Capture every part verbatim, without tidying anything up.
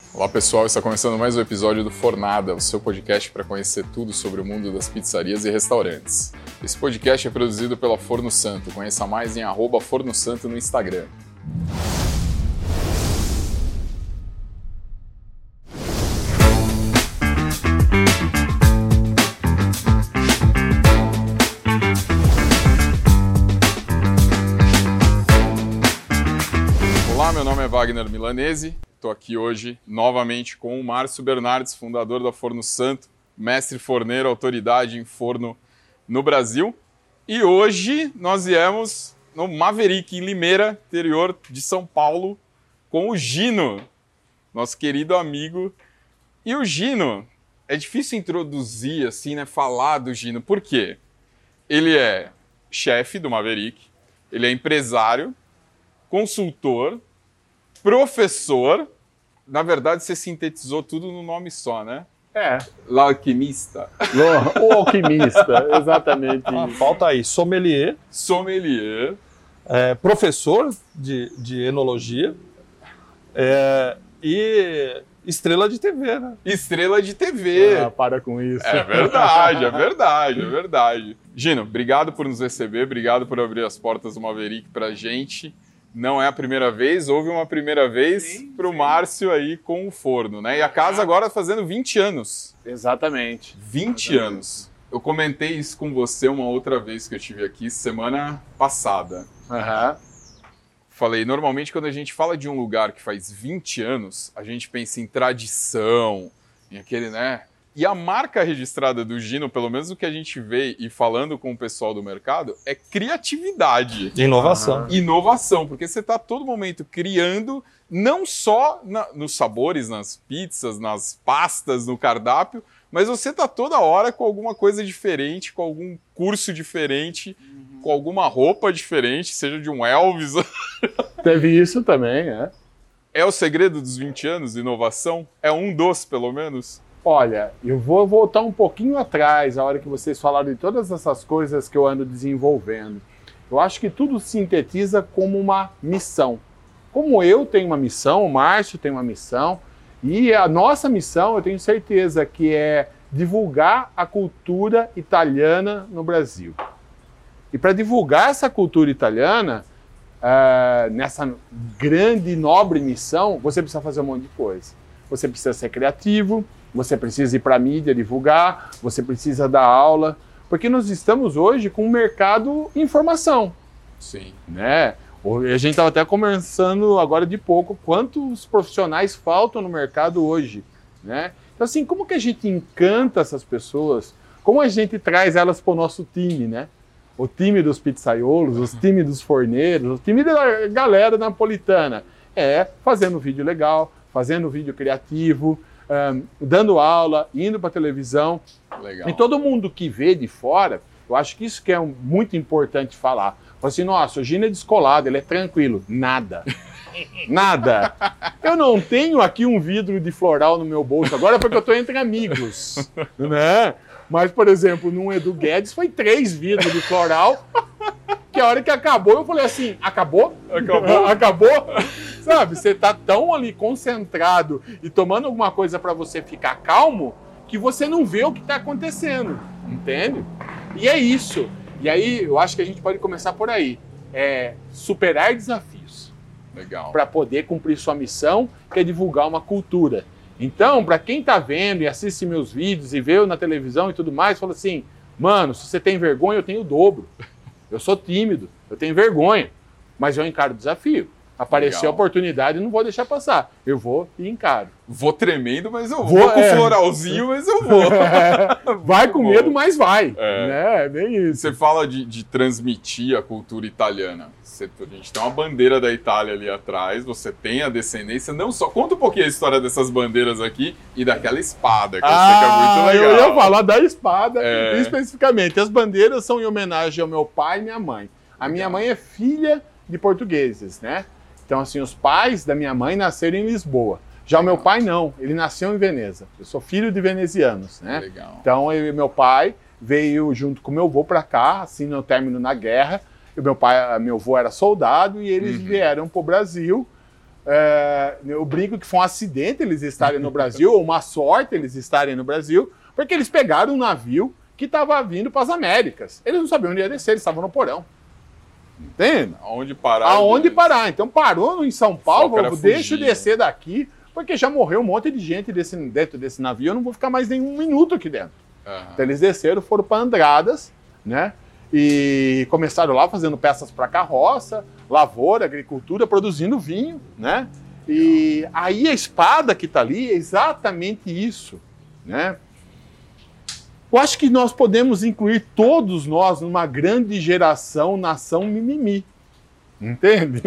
Olá pessoal, está começando mais um episódio do Fornada, o seu podcast para conhecer tudo sobre o mundo das pizzarias e restaurantes. Esse podcast é produzido pela Forno Santo, conheça mais em arroba Forno Santo no Instagram. Olá, meu nome é Wagner Milanese. Estou aqui hoje novamente com o Márcio Bernardes, fundador da Forno Santo, mestre forneiro, autoridade em forno no Brasil. E hoje nós viemos no Maverick, em Limeira, interior de São Paulo, com o Gino, nosso querido amigo. E o Gino, é difícil introduzir, assim, né, falar do Gino. Por quê? Ele é chefe do Maverick, ele é empresário, consultor, professor. Na verdade, você sintetizou tudo no nome só, né? É. L'alquimista. O alquimista, exatamente. Ah, falta aí, sommelier. Sommelier. É, professor de, de enologia. É, e estrela de T V, né? Estrela de T V. Ah, para com isso. É verdade, é verdade, é verdade. Gino, obrigado por nos receber, obrigado por abrir as portas do Maverick pra gente. Não é a primeira vez, houve uma primeira vez para o Márcio aí com o forno, né? E a casa agora fazendo vinte anos. Exatamente. vinte Exatamente. anos. Eu comentei isso com você uma outra vez que eu estive aqui, semana passada. Aham. Falei, normalmente quando a gente fala de um lugar que faz vinte anos, a gente pensa em tradição, em aquele, né? E a marca registrada do Gino, pelo menos o que a gente vê e falando com o pessoal do mercado, é criatividade. Inovação. Uhum. Inovação, porque você está a todo momento criando, não só na, nos sabores, nas pizzas, nas pastas, no cardápio, mas você está toda hora com alguma coisa diferente, com algum curso diferente, uhum. com alguma roupa diferente, seja de um Elvis. Teve isso também, é. É o segredo dos vinte anos de inovação? É um dos, pelo menos? Olha, eu vou voltar um pouquinho atrás, a hora que vocês falaram de todas essas coisas que eu ando desenvolvendo. Eu acho que tudo sintetiza como uma missão. Como eu tenho uma missão, o Márcio tem uma missão, e a nossa missão, eu tenho certeza, que é divulgar a cultura italiana no Brasil. E para divulgar essa cultura italiana, uh, nessa grande e nobre missão, você precisa fazer um monte de coisa. Você precisa ser criativo, você precisa ir para a mídia divulgar, você precisa dar aula, porque nós estamos hoje com um mercado informação. Sim. Né? A gente estava até conversando agora de pouco quantos profissionais faltam no mercado hoje. Né? Então, assim, como que a gente encanta essas pessoas? Como a gente traz elas para o nosso time, né? O time dos pizzaiolos, os times dos forneiros, o time da galera napolitana. É fazendo vídeo legal, fazendo vídeo criativo, Um, dando aula, indo para televisão. Legal. E todo mundo que vê de fora, eu acho que isso que é um, muito importante falar. Fala assim, nossa, o Gino é descolado, ele é tranquilo. Nada. Nada. Eu não tenho aqui um vidro de floral no meu bolso agora porque eu estou entre amigos. Né? Mas, por exemplo, num Edu Guedes foi três vidros de floral que a hora que acabou eu falei assim, acabou? Acabou? Acabou? Sabe, você tá tão ali concentrado e tomando alguma coisa para você ficar calmo que você não vê o que está acontecendo, entende? E é isso. E aí eu acho que a gente pode começar por aí. É superar desafios. Legal. Para poder cumprir sua missão, que é divulgar uma cultura. Então, para quem tá vendo e assiste meus vídeos e vê eu na televisão e tudo mais, fala assim, mano, se você tem vergonha, eu tenho o dobro. Eu sou tímido, eu tenho vergonha, mas eu encaro o desafio. Apareceu a oportunidade, não vou deixar passar. Eu vou e encaro. Vou tremendo, mas eu vou. Vou Vou com é. floralzinho, mas eu vou. Vai com bom. medo, mas vai. É. Né? É bem isso. Você fala de, de transmitir a cultura italiana. Você, a gente tem uma bandeira da Itália ali atrás, você tem a descendência, não só... Conta um pouquinho a história dessas bandeiras aqui e daquela espada, que eu sei que é muito legal. Eu ia falar da espada, É. especificamente. As bandeiras são em homenagem ao meu pai e minha mãe. A Legal. minha mãe é filha de portugueses, né? Então, assim, os pais da minha mãe nasceram em Lisboa. Já o meu pai, não. Ele nasceu em Veneza. Eu sou filho de venezianos, né? Legal. Então, eu, meu pai veio junto com meu avô para cá, assim, no término na guerra. E meu pai, meu avô era soldado e eles Uhum. vieram para o Brasil É, eu brinco que foi um acidente eles estarem no Brasil, ou uma sorte eles estarem no Brasil, porque eles pegaram um navio que estava vindo para as Américas. Eles não sabiam onde ia descer, eles estavam no porão. Entende? Aonde parar? Aonde parar. Então parou em São Paulo, falou, deixa eu fugir, descer daqui, porque já morreu um monte de gente desse, dentro desse navio, eu não vou ficar mais nem um minuto aqui dentro. Uhum. Então eles desceram, foram para Andradas, né? E começaram lá fazendo peças para carroça, lavoura, agricultura, produzindo vinho, né? E aí a espada que está ali é exatamente isso, né? Eu acho que nós podemos incluir todos nós numa grande geração nação mimimi. Entende?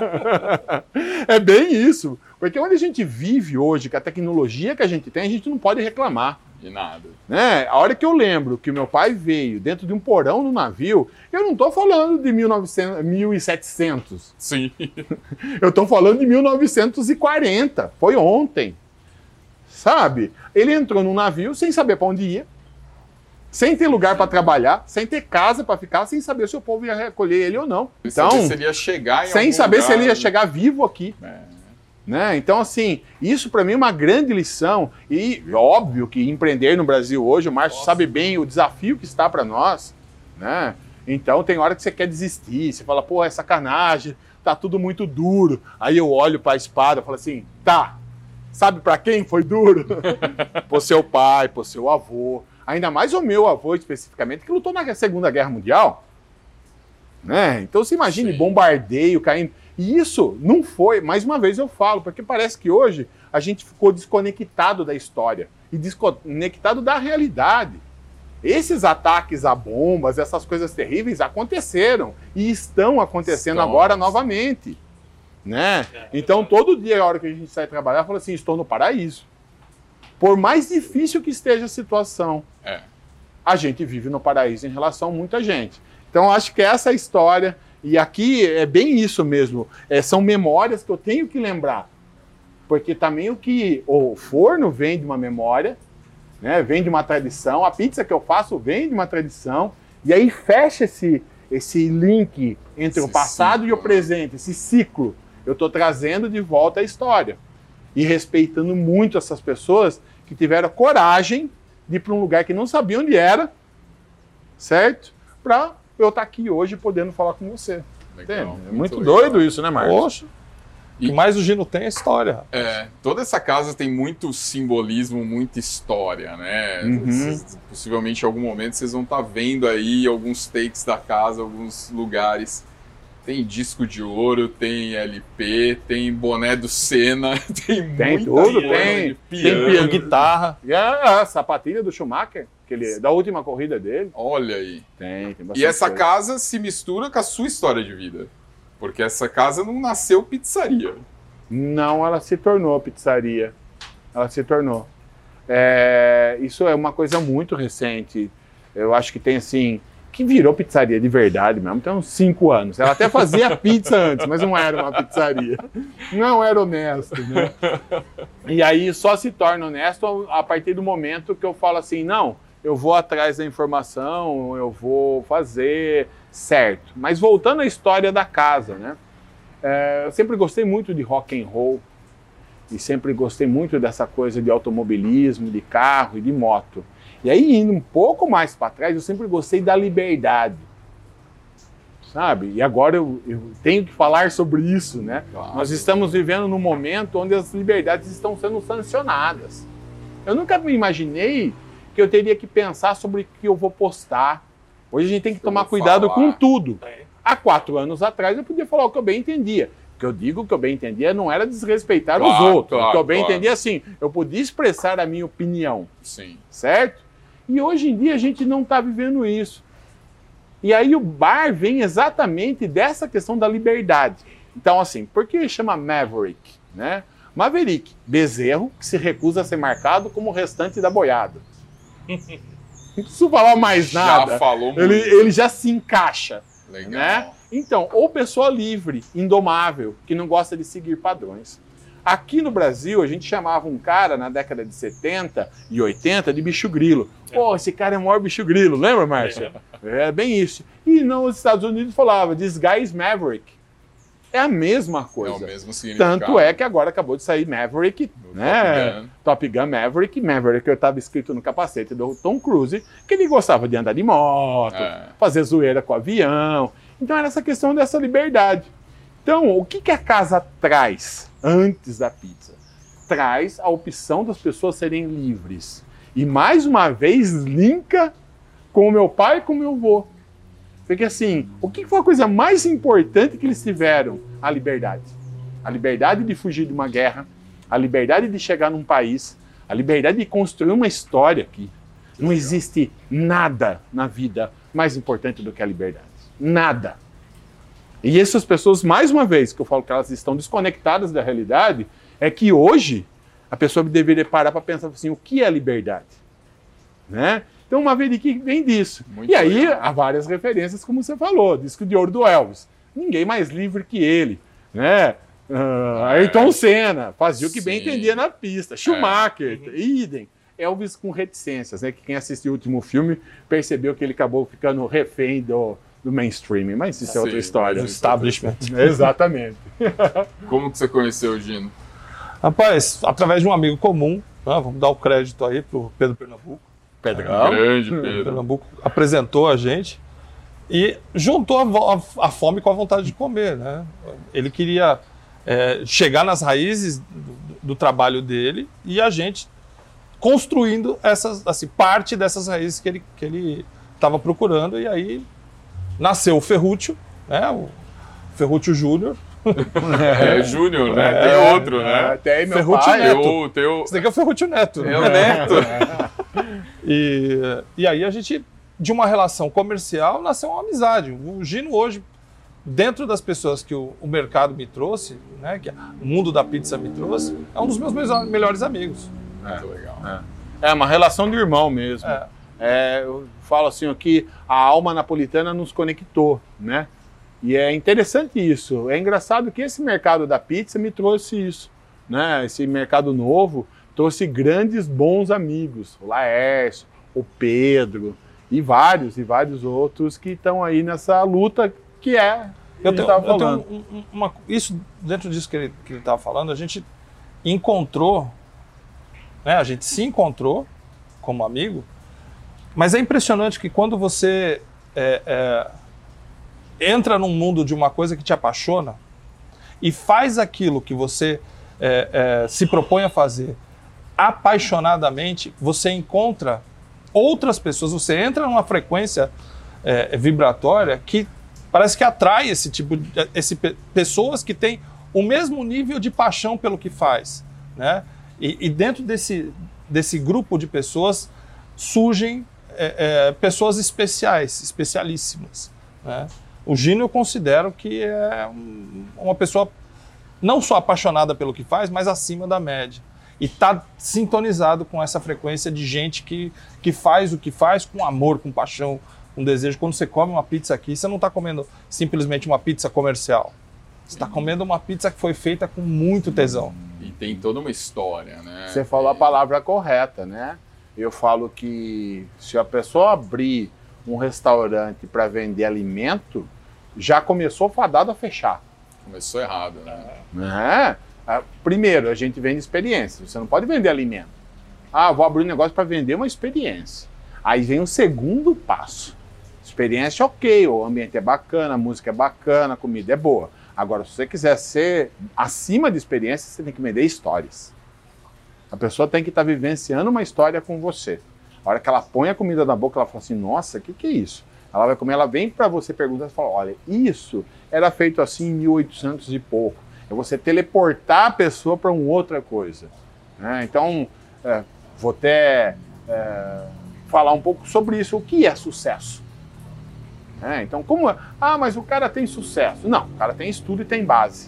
É bem isso. Porque onde a gente vive hoje, com a tecnologia que a gente tem, a gente não pode reclamar. De nada. Né? A hora que eu lembro que meu pai veio dentro de um porão no navio, eu não estou falando de mil e novecentos, mil e setecentos. Sim. Eu estou falando de mil novecentos e quarenta. Foi ontem. Sabe? Ele entrou num navio sem saber para onde ia, sem ter lugar para trabalhar, sem ter casa para ficar, sem saber se o povo ia recolher ele ou não. Então, sem saber se ele ia chegar em sem algum saber lugar, se ele ia chegar vivo aqui. É. Né? Então, assim, isso para mim é uma grande lição. E óbvio que empreender no Brasil hoje, o Márcio sabe bem o desafio que está para nós. Né? Então, tem hora que você quer desistir, você fala, pô, é sacanagem, tá tudo muito duro. Aí eu olho para a espada e falo assim, tá, sabe para quem foi duro? Pro seu pai, pro seu avô. Ainda mais o meu avô, especificamente, que lutou na Segunda Guerra Mundial. Né? Então, você imagine, sim, bombardeio caindo. E isso não foi, mais uma vez eu falo, porque parece que hoje a gente ficou desconectado da história e desconectado da realidade. Esses ataques a bombas, essas coisas terríveis aconteceram e estão acontecendo estão. agora novamente. Né? Então, todo dia, a hora que a gente sai trabalhar, fala assim, estou no paraíso. Por mais difícil que esteja a situação, é. a gente vive no paraíso em relação a muita gente. Então, acho que essa é a história. E aqui é bem isso mesmo. É, são memórias que eu tenho que lembrar. Porque também o que o forno vem de uma memória, né, vem de uma tradição. A pizza que eu faço vem de uma tradição. E aí fecha esse, esse link entre esse o passado ciclo. e o presente, esse ciclo. Eu estou trazendo de volta a história. E respeitando muito essas pessoas que tiveram coragem de ir para um lugar que não sabia onde era, certo? Para eu estar aqui hoje podendo falar com você. Legal, é muito, muito doido isso, né, Marcos? Poxa. E o que mais o Gino tem é história. É, toda essa casa tem muito simbolismo, muita história, né? Uhum. Vocês, possivelmente em algum momento vocês vão estar vendo aí alguns takes da casa, alguns lugares. Tem disco de ouro, tem L P, tem boné do Senna, tem, tem muita tudo, coisa, tem, piano, tem piano, guitarra. E a, a sapatilha do Schumacher, que ele, da última corrida dele. Olha aí. Tem, tem bastante E essa coisa. casa se mistura com a sua história de vida. Porque essa casa não nasceu pizzaria. Não, ela se tornou pizzaria. Ela se tornou. É, isso é uma coisa muito recente. Eu acho que tem assim... que virou pizzaria de verdade mesmo, tem uns cinco anos. Ela até fazia pizza antes, mas não era uma pizzaria. Não era honesto, né? E aí só se torna honesto a partir do momento que eu falo assim, não, eu vou atrás da informação, eu vou fazer certo. Mas voltando à história da casa, né? É, eu sempre gostei muito de rock and roll e sempre gostei muito dessa coisa de automobilismo, de carro e de moto. E aí, indo um pouco mais para trás, eu sempre gostei da liberdade, sabe? E agora eu, eu tenho que falar sobre isso, né? Claro. Nós estamos vivendo num momento onde as liberdades estão sendo sancionadas. Eu nunca me imaginei que eu teria que pensar sobre o que eu vou postar. Hoje a gente tem que tomar cuidado falar. com tudo. Há quatro anos atrás eu podia falar o que eu bem entendia. O que eu digo que eu bem entendia não era desrespeitar claro, os outros. Claro, o que eu bem claro. entendia assim, eu podia expressar a minha opinião. Sim. Certo? E hoje em dia a gente não está vivendo isso. E aí o bar vem exatamente dessa questão da liberdade. Então assim, por que chama Maverick? Né? Maverick, bezerro que se recusa a ser marcado como o restante da boiada. Não preciso falar mais nada. Já falou muito. Ele, ele já se encaixa. Legal. Né? Então, ou pessoa livre, indomável, que não gosta de seguir padrões. Aqui no Brasil, a gente chamava um cara na década de setenta e oitenta de bicho grilo. Pô, esse cara é o maior bicho grilo, lembra, Márcio? É bem isso. E nos Estados Unidos falava, this guy is Maverick. É a mesma coisa. É o mesmo significado. Tanto é que agora acabou de sair Maverick, Do né? Top Gun. Top Gun Maverick. Maverick estava escrito no capacete do Tom Cruise, que ele gostava de andar de moto, É. fazer zoeira com o avião. Então era essa questão dessa liberdade. Então, o que, que a casa traz antes da pizza? Traz a opção das pessoas serem livres. E mais uma vez linka com o meu pai e com o meu avô. Porque assim, o que foi a coisa mais importante que eles tiveram? A liberdade. A liberdade de fugir de uma guerra, a liberdade de chegar num país, a liberdade de construir uma história aqui. Não existe nada na vida mais importante do que a liberdade. Nada. E essas pessoas, mais uma vez, que eu falo que elas estão desconectadas da realidade, é que hoje a pessoa deveria parar para pensar assim, o que é liberdade? Né? Então, uma vez que vem disso. Muito e aí, legal. há várias referências, como você falou, disco de ouro do Elvis. Ninguém mais livre que ele, né? Uh, Ayrton Senna, fazia o que bem Sim. entendia na pista. Schumacher, idem. Elvis com reticências, né? Que quem assistiu o último filme percebeu que ele acabou ficando refém do, do mainstream. Mas isso é outra Sim, história. mas Establishment. Exatamente. Como que você conheceu o Gino? Rapaz, através de um amigo comum, né, vamos dar o crédito aí pro Pedro Pernambuco. Pedrão. Grande Pedro. Pernambuco apresentou a gente e juntou a, vo- a- a fome com a vontade de comer, né? Ele queria é, chegar nas raízes do, do trabalho dele e a gente construindo essas, assim, parte dessas raízes que ele que ele estava procurando, e aí nasceu o Ferrúcio, né? O Ferrúcio Júnior. É, Júnior, né? É, Tem outro, né? Até aí meu Ferruccio pai. Neto. Tem o, tem o... Esse daqui é o Ferrúcio Neto. É o Neto. E, e aí a gente, de uma relação comercial, nasceu uma amizade. O Gino hoje, dentro das pessoas que o, o mercado me trouxe, né, que o mundo da pizza me trouxe, é um dos meus meus melhores amigos. Muito legal. É uma relação de irmão mesmo. É. É, eu falo assim aqui, a alma napolitana nos conectou, né? E é interessante isso. É engraçado que esse mercado da pizza me trouxe isso, né? Esse mercado novo trouxe grandes bons amigos, o Laércio, o Pedro e vários e vários outros que estão aí nessa luta que é que Eu a gente tenho, estava eu tenho falando. um- um- uma, isso, dentro disso que ele que ele estava falando, a gente encontrou, né, a gente se encontrou como amigo, mas é impressionante que quando você é, é, entra num mundo de uma coisa que te apaixona e faz aquilo que você é, é, se propõe a fazer apaixonadamente, você encontra outras pessoas, você entra numa frequência é, vibratória que parece que atrai esse tipo de esse, pessoas que têm o mesmo nível de paixão pelo que faz, né? E, e dentro desse, desse grupo de pessoas surgem é, é, pessoas especiais, especialíssimas, né? O Gino eu considero que é um, uma pessoa não só apaixonada pelo que faz, mas acima da média. E está sintonizado com essa frequência de gente que, que faz o que faz com amor, com paixão, com desejo. Quando você come uma pizza aqui, você não está comendo simplesmente uma pizza comercial. Você está comendo uma pizza que foi feita com muito tesão. E tem toda uma história, né? Você falou a palavra correta, né? Eu falo que se a pessoa abrir um restaurante para vender alimento, já começou fadado a fechar. Começou errado, né? Né? Ah, Primeiro, a gente vende experiência. Você não pode vender alimento. Ah, vou abrir um negócio para vender uma experiência. Aí vem o segundo passo. Experiência, ok, o ambiente é bacana, a música é bacana, a comida é boa. Agora, se você quiser ser acima de experiência, você tem que vender histórias. A pessoa tem que estar vivenciando uma história com você. A hora que ela põe a comida na boca, ela fala assim, nossa, o que, que é isso? Ela vai comer, ela vem para você perguntar e fala, olha, isso era feito assim em mil e oitocentos e pouco. É você teleportar a pessoa para uma outra coisa. Né? Então, é, vou até é, falar um pouco sobre isso. O que é sucesso? É, então, como... Ah, mas o cara tem sucesso. Não, o cara tem estudo e tem base.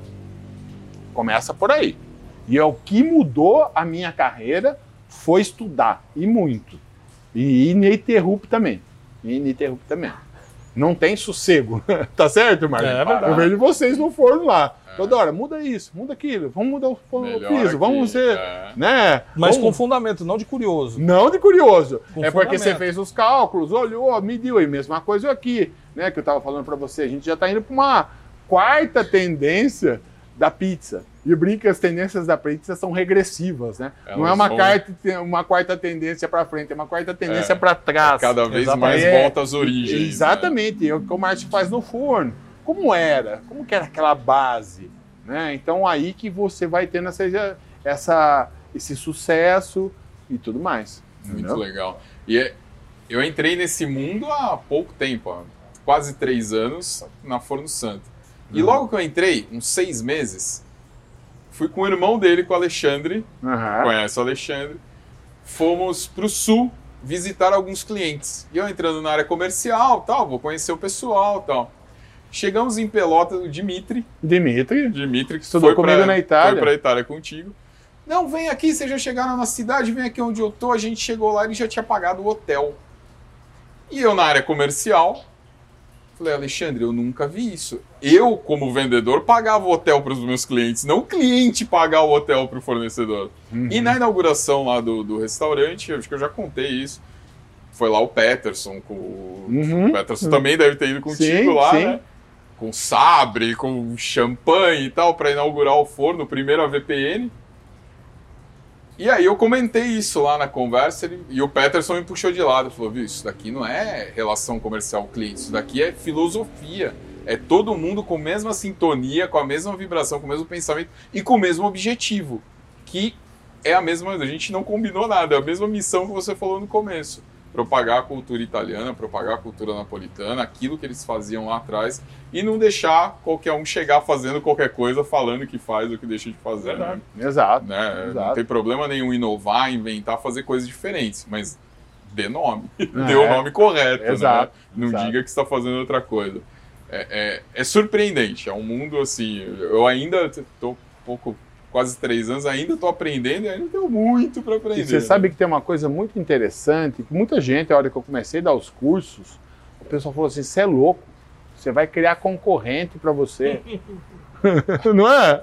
Começa por aí. E é o que mudou a minha carreira foi estudar, e muito. E ininterrupto também. Ininterrupto também. Não tem sossego. Tá certo, Marcos? É verdade. Eu vejo vocês no forno lá. É. Toda hora, muda isso, muda aquilo. Vamos mudar o forno, o Melhor piso. Vamos aqui, ser... é. Né? Mas Vamos... com fundamento, não de curioso. Não de curioso. Com é porque você fundamento. fez os cálculos, olhou, mediu. E mesma coisa aqui, né? Que eu estava falando para você. A gente já está indo para uma, quarta tendência da pizza. E eu brinco que as tendências da pizza são regressivas, né? Elas não é uma, são... quarta, uma quarta tendência para frente, é uma quarta tendência é, para trás. Cada vez Exatamente. mais é, volta às origens. Exatamente, né? É o que o Márcio faz no forno. Como era? Como que era aquela base? Né? Então aí que você vai tendo essa, essa, esse sucesso e tudo mais. Muito entendeu? Legal. E é, eu entrei nesse mundo há pouco tempo, há quase três anos, na Forno Santo. E uhum. logo que eu entrei, uns seis meses, fui com o irmão dele, com o Alexandre, uhum. conhece o Alexandre, fomos para o sul visitar alguns clientes. E eu entrando na área comercial, tal, vou conhecer o pessoal, tal. Chegamos em Pelotas, o Dimitri. Dimitri? Dimitri, que estudou foi comigo pra, na Itália. Foi para a Itália contigo. Não, vem aqui, vocês já chegaram na cidade, vem aqui onde eu tô. A gente chegou lá e ele já tinha pagado o hotel. E eu, na área comercial, falei, Alexandre, eu nunca vi isso. Eu, como vendedor, pagava o hotel para os meus clientes, não o cliente pagar o hotel para o fornecedor. Uhum. E na inauguração lá do, do restaurante, acho que eu já contei isso, foi lá o Peterson, com o, uhum. o Peterson uhum. também deve ter ido contigo sim, lá, sim. né? Com sabre, com champanhe e tal, para inaugurar o forno, primeiro a V P N. E aí eu comentei isso lá na conversa ele, e o Peterson me puxou de lado. Falou, viu, isso daqui não é relação comercial-cliente, isso daqui é filosofia. É todo mundo com a mesma sintonia, com a mesma vibração, com o mesmo pensamento e com o mesmo objetivo. Que é a mesma, a gente não combinou nada, é a mesma missão que você falou no começo. Propagar a cultura italiana, propagar a cultura napolitana, aquilo que eles faziam lá atrás, e não deixar qualquer um chegar fazendo qualquer coisa, falando que faz ou que deixa de fazer. Né? Exato, né? exato. Não tem problema nenhum inovar, inventar, fazer coisas diferentes, mas dê nome, é, dê o nome correto. Exato, né? Não exato. diga que está fazendo outra coisa. É, é, é surpreendente, é um mundo assim, eu ainda estou um pouco... quase três anos, ainda estou aprendendo e ainda tenho muito para aprender. E você sabe que tem uma coisa muito interessante, que muita gente, a hora que eu comecei a dar os cursos, o pessoal falou assim, você é louco, você vai criar concorrente para você. Não é?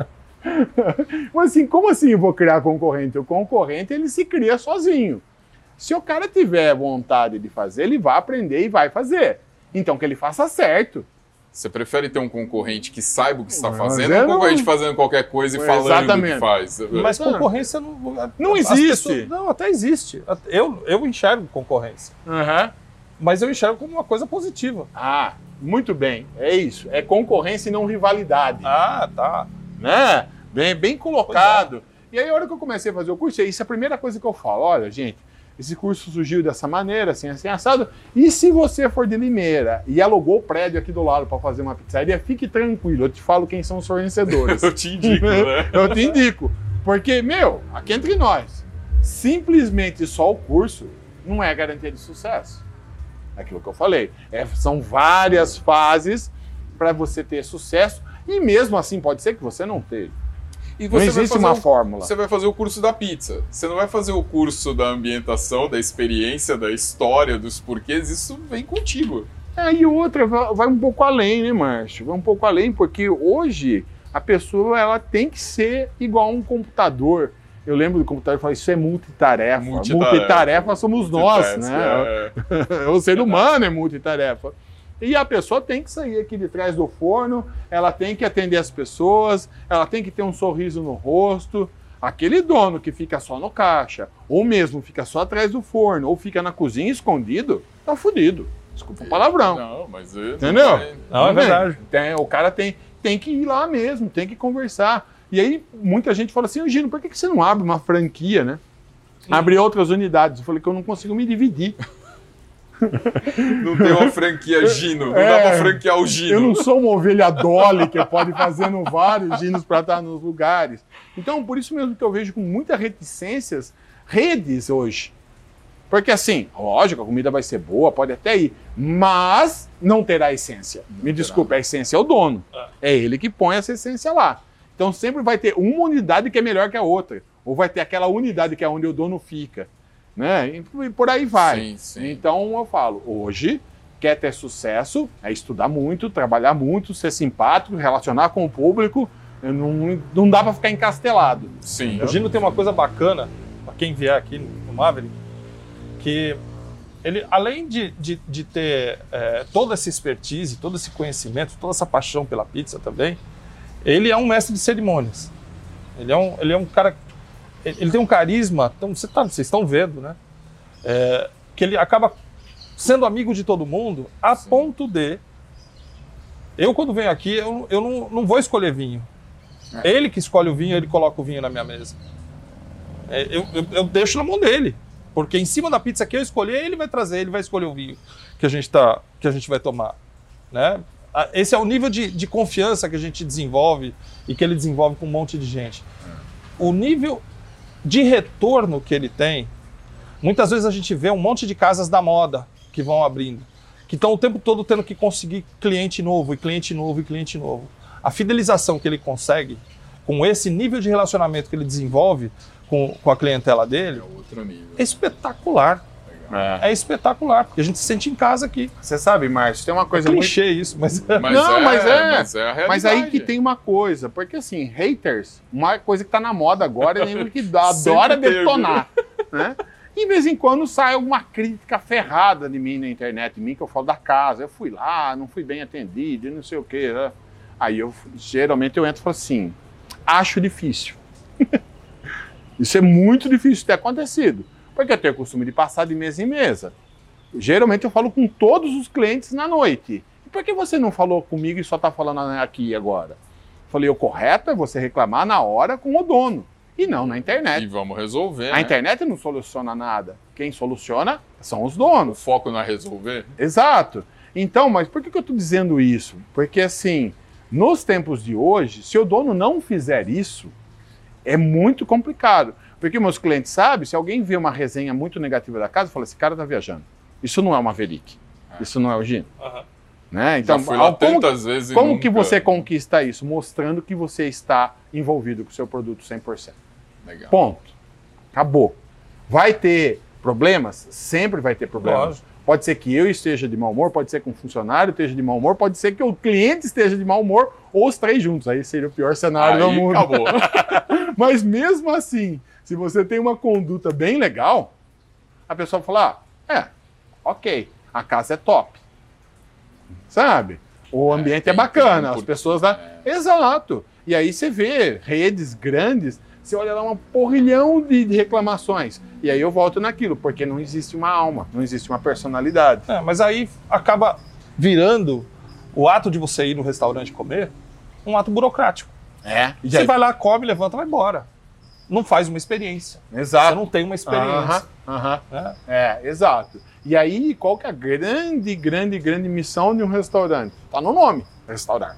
Mas assim, como assim eu vou criar concorrente? O concorrente, ele se cria sozinho. Se o cara tiver vontade de fazer, ele vai aprender e vai fazer. Então que ele faça certo. Você prefere ter um concorrente que saiba o que está Mas fazendo ou um concorrente não... fazendo qualquer coisa e falando Exatamente. o que faz? Mas concorrência não... Não existe. Pessoas, não, até existe. Eu, eu enxergo concorrência. Uhum. Mas eu enxergo como uma coisa positiva. Ah, muito bem. É isso. É concorrência e não rivalidade. Ah, tá. Né? Bem, bem colocado. É. E aí, a hora que eu comecei a fazer o curso, isso é a primeira coisa que eu falo. Olha, gente, esse curso surgiu dessa maneira, assim, assim, assado. E se você for de Limeira e alugou o prédio aqui do lado para fazer uma pizzaria, fique tranquilo, eu te falo quem são os fornecedores. Eu te indico, né? Eu te indico. Porque, meu, aqui entre nós, simplesmente só o curso não é garantia de sucesso. É aquilo que eu falei. É, são várias fases para você ter sucesso e mesmo assim pode ser que você não tenha. E você não existe uma o, fórmula. Você vai fazer o curso da pizza. Você não vai fazer o curso da ambientação, da experiência, da história, dos porquês. Isso vem contigo. É, e outra, vai um pouco além, né, Márcio? Vai um pouco além, porque hoje a pessoa ela tem que ser igual a um computador. Eu lembro do computador e falei, isso é multitarefa. Multitarefa, multitarefa somos nós, né? É. O ser humano é multitarefa. E a pessoa tem que sair aqui de trás do forno, ela tem que atender as pessoas, ela tem que ter um sorriso no rosto. Aquele dono que fica só no caixa, ou mesmo fica só atrás do forno, ou fica na cozinha escondido, tá fudido. Desculpa o palavrão. Não, mas... Eu entendeu? Não, vai... não, é verdade. Tem, o cara tem, tem que ir lá mesmo, tem que conversar. E aí muita gente fala assim, Gino, por que você não abre uma franquia, né? Abre outras unidades. Eu falei que eu não consigo me dividir. Não tem uma franquia Gino, não é, dá pra franquear o Gino. Eu não sou uma ovelha Dolly que pode fazer no vários Ginos para estar nos lugares. Então, por isso mesmo que eu vejo com muitas reticências redes hoje. Porque assim, lógico, a comida vai ser boa, pode até ir, mas não terá essência. Não Me desculpe, a essência é o dono. É ele que põe essa essência lá. Então sempre vai ter uma unidade que é melhor que a outra. Ou vai ter aquela unidade que é onde o dono fica. Né? E por aí vai. Sim, sim. Então eu falo, hoje, quer ter sucesso, é estudar muito, trabalhar muito, ser simpático, relacionar com o público, não, não dá para ficar encastelado. Sim. O Gino tem uma coisa bacana, para quem vier aqui no Maverick, que ele além de, de, de ter é, toda essa expertise, todo esse conhecimento, toda essa paixão pela pizza também, ele é um mestre de cerimônias. Ele é um, ele é um cara... Ele tem um carisma, então, você tá, vocês estão vendo, né? É, que ele acaba sendo amigo de todo mundo a Sim. ponto de... Eu, quando venho aqui, eu, eu não, não vou escolher vinho. É. Ele que escolhe o vinho, ele coloca o vinho na minha mesa. É, eu, eu, eu deixo na mão dele. Porque em cima da pizza que eu escolher, ele vai trazer, ele vai escolher o vinho que a gente, tá, que a gente vai tomar. Né? Esse é o nível de, de confiança que a gente desenvolve e que ele desenvolve com um monte de gente. O nível de retorno que ele tem, muitas vezes a gente vê um monte de casas da moda que vão abrindo, que estão o tempo todo tendo que conseguir cliente novo, e cliente novo, e cliente novo. A fidelização que ele consegue, com esse nível de relacionamento que ele desenvolve com, com a clientela dele, é outro nível. É espetacular. É. é espetacular, porque a gente se sente em casa aqui. Você sabe, Márcio, tem uma coisa é clichê muito... isso, mas... mas não, é, mas é. Mas, é a realidade. Mas aí que tem uma coisa, porque assim, haters, uma coisa que tá na moda agora, é que adora detonar, né? E de vez em quando sai alguma crítica ferrada de mim na internet, de mim, que eu falo da casa. Eu fui lá, não fui bem atendido, não sei o quê. Né? Aí eu, geralmente, eu entro e falo assim, acho difícil. Isso é muito difícil de ter acontecido. Porque eu tenho o costume de passar de mesa em mesa. Geralmente eu falo com todos os clientes na noite. E por que você não falou comigo e só está falando aqui agora? Falei, o correto é você reclamar na hora com o dono. E não na internet. E vamos resolver, A né? internet não soluciona nada. Quem soluciona são os donos. O foco não é resolver? Exato. Então, mas por que que eu estou dizendo isso? Porque assim, nos tempos de hoje, se o dono não fizer isso, é muito complicado. Porque meus clientes sabem, se alguém vê uma resenha muito negativa da casa, fala, esse cara está viajando. Isso não é uma Maverick. É. Isso não é o Gino. Uhum. Né? Então, já fui lá como, tantas vezes e como nunca... que você conquista isso? Mostrando que você está envolvido com o seu produto cem por cento. Legal. Ponto. Acabou. Vai ter problemas? Sempre vai ter problemas. Lógico. Pode ser que eu esteja de mau humor, pode ser que um funcionário esteja de mau humor, pode ser que o cliente esteja de mau humor, ou os três juntos. Aí seria o pior cenário Aí do mundo. Acabou. Mas mesmo assim, se você tem uma conduta bem legal, a pessoa vai falar, ah, é, ok, a casa é top. Sabe? O ambiente é, é bacana, as pessoas lá... É. Exato. E aí você vê redes grandes, você olha lá um porrilhão de, de reclamações. E aí eu volto naquilo, porque não existe uma alma, não existe uma personalidade. É, mas aí acaba virando o ato de você ir no restaurante comer um ato burocrático. É. Você aí... vai lá, come, levanta e vai embora. Não faz uma experiência. Exato. Você não tem uma experiência. Aham, aham. É. é, exato. E aí, qual que é a grande, grande, grande missão de um restaurante? Tá no nome, restaurar.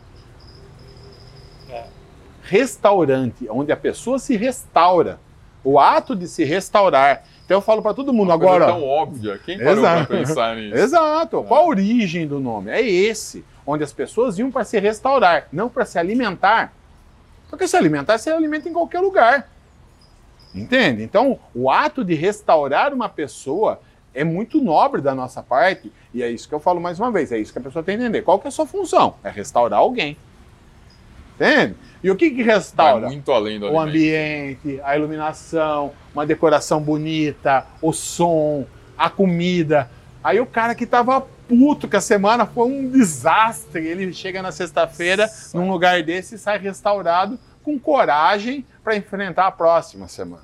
É. Restaurante, onde a pessoa se restaura. O ato de se restaurar. Então eu falo para todo mundo uma agora... Coisa tão óbvia. Quem parou Exato. pra pensar nisso? Exato. É. Qual a origem do nome? É esse. Onde as pessoas iam para se restaurar, não para se alimentar. Porque se alimentar, você alimenta em qualquer lugar. Entende? Então, o ato de restaurar uma pessoa é muito nobre da nossa parte, e é isso que eu falo mais uma vez, é isso que a pessoa tem que entender. Qual que é a sua função? É restaurar alguém. Entende? E o que que restaura? Vai muito além do o alimento. ambiente, a iluminação, uma decoração bonita, o som, a comida. Aí o cara que tava puto que a semana foi um desastre, ele chega na sexta-feira num lugar desse e sai restaurado com coragem para enfrentar a próxima semana.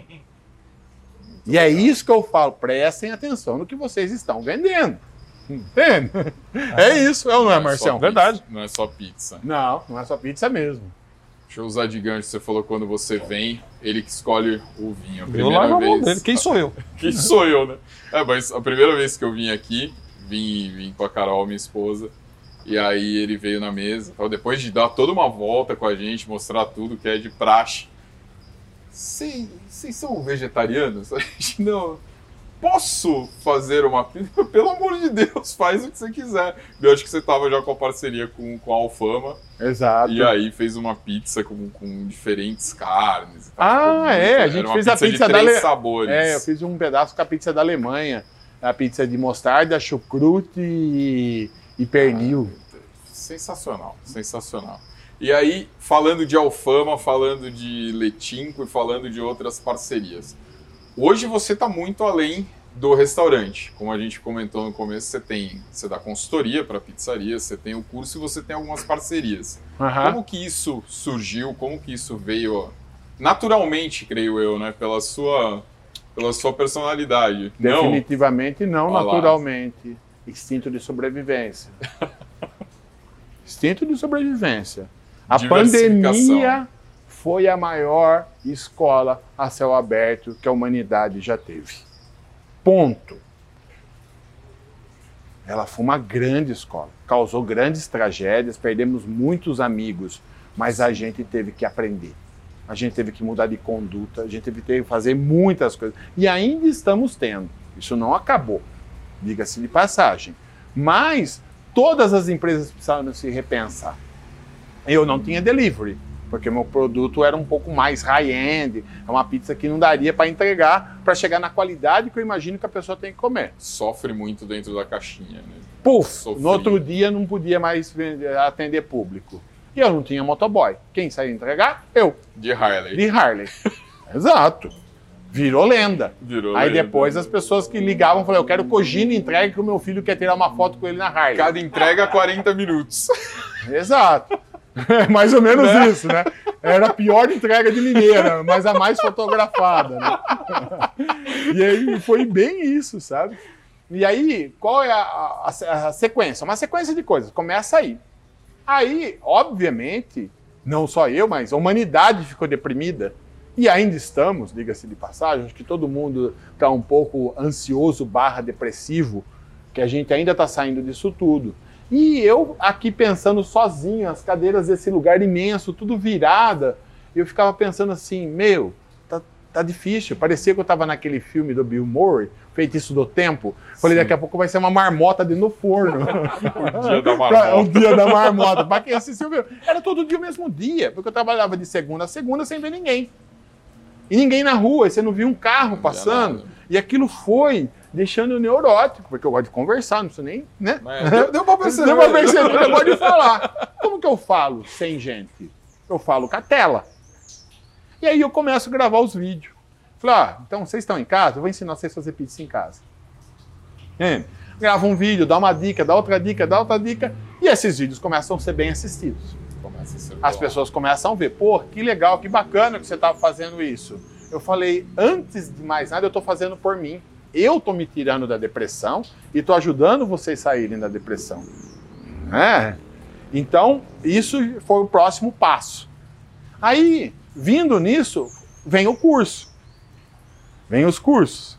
E é isso que eu falo, prestem atenção no que vocês estão vendendo. Entende? É isso, é ou não é, Marcelo? Verdade. Não é só pizza. Não, não é só pizza mesmo. Deixa eu usar de gancho, você falou quando você vem, ele que escolhe o vinho. A Eu primeira largo a mão vez... dele. Quem sou eu? Quem sou eu, né? É, mas a primeira vez que eu vim aqui, vim, vim com a Carol, minha esposa, e aí ele veio na mesa, então, depois de dar toda uma volta com a gente, mostrar tudo que é de praxe. Vocês são vegetarianos? A gente, não... Posso fazer uma pizza? Pelo amor de Deus, faz o que você quiser. Eu acho que você estava já com a parceria com, com a Alfama. Exato. E aí fez uma pizza com, com diferentes carnes. Ah, é. A gente fez a pizza de da três Ale... sabores. É, eu fiz um pedaço com a pizza da Alemanha. A pizza de mostarda, chucrute e, e pernil. Ah, sensacional, sensacional. E aí, falando de Alfama, falando de Letinco e falando de outras parcerias. Hoje você está muito além do restaurante. Como a gente comentou no começo, você tem, você dá consultoria para pizzaria, você tem o curso e você tem algumas parcerias. Uhum. Como que isso surgiu? Como que isso veio naturalmente, creio eu, né? Pela sua, pela sua personalidade. Definitivamente não, não naturalmente. Instinto de sobrevivência. Instinto de sobrevivência. A pandemia foi a maior escola a céu aberto que a humanidade já teve. Ponto. Ela foi uma grande escola. Causou grandes tragédias, perdemos muitos amigos, mas a gente teve que aprender. A gente teve que mudar de conduta, a gente teve que fazer muitas coisas. E ainda estamos tendo. Isso não acabou, diga-se de passagem. Mas todas as empresas precisaram se repensar. Eu não tinha delivery, porque meu produto era um pouco mais high-end, é uma pizza que não daria para entregar, para chegar na qualidade que eu imagino que a pessoa tem que comer. Sofre muito dentro da caixinha, né? Puf! Sofri. No outro dia não podia mais atender público. E eu não tinha motoboy. Quem saía entregar? Eu. De Harley. De Harley. Exato. Virou lenda. Virou Aí lenda. depois as pessoas que ligavam falaram, eu quero Cogino entregue que o meu filho quer tirar uma foto com ele na Harley. Cada entrega quarenta minutos. Exato. É mais ou menos né? isso, né? Era a pior entrega de Mineira, mas a mais fotografada, né? E aí foi bem isso, sabe? E aí, qual é a, a, a sequência? Uma sequência de coisas. Começa aí. Aí, obviamente, não só eu, mas a humanidade ficou deprimida. E ainda estamos, diga-se de passagem, acho que todo mundo está um pouco ansioso barra depressivo, que a gente ainda está saindo disso tudo. E eu aqui pensando sozinho, as cadeiras desse lugar imenso, tudo virada, eu ficava pensando assim, meu, tá, tá difícil. Parecia que eu estava naquele filme do Bill Murray, Feitiço do Tempo. Falei, Sim. daqui a pouco vai ser uma marmota dentro do forno. O dia da marmota. O dia da marmota. Para quem assistiu, era todo dia o mesmo dia, porque eu trabalhava de segunda a segunda sem ver ninguém. E ninguém na rua, você não viu um carro passando. E aquilo foi deixando eu neurótico, porque eu gosto de conversar, não preciso nem, né? Mas deu, deu pra perceber. Deu pra perceber, eu gosto de falar. Como que eu falo sem gente? Eu falo com a tela. E aí eu começo a gravar os vídeos. Falei, ah, então vocês estão em casa? Eu vou ensinar vocês a fazer pizza em casa. É. Grava um vídeo, dá uma dica, dá outra dica, dá outra dica, e esses vídeos começam a ser bem assistidos. Começa a ser As bom. pessoas começam a ver, pô, que legal, que bacana que você estava fazendo isso. Eu falei, antes de mais nada, eu estou fazendo por mim. Eu estou me tirando da depressão e estou ajudando vocês a saírem da depressão. É. Então, isso foi o próximo passo. Aí, vindo nisso, vem o curso. Vem os cursos.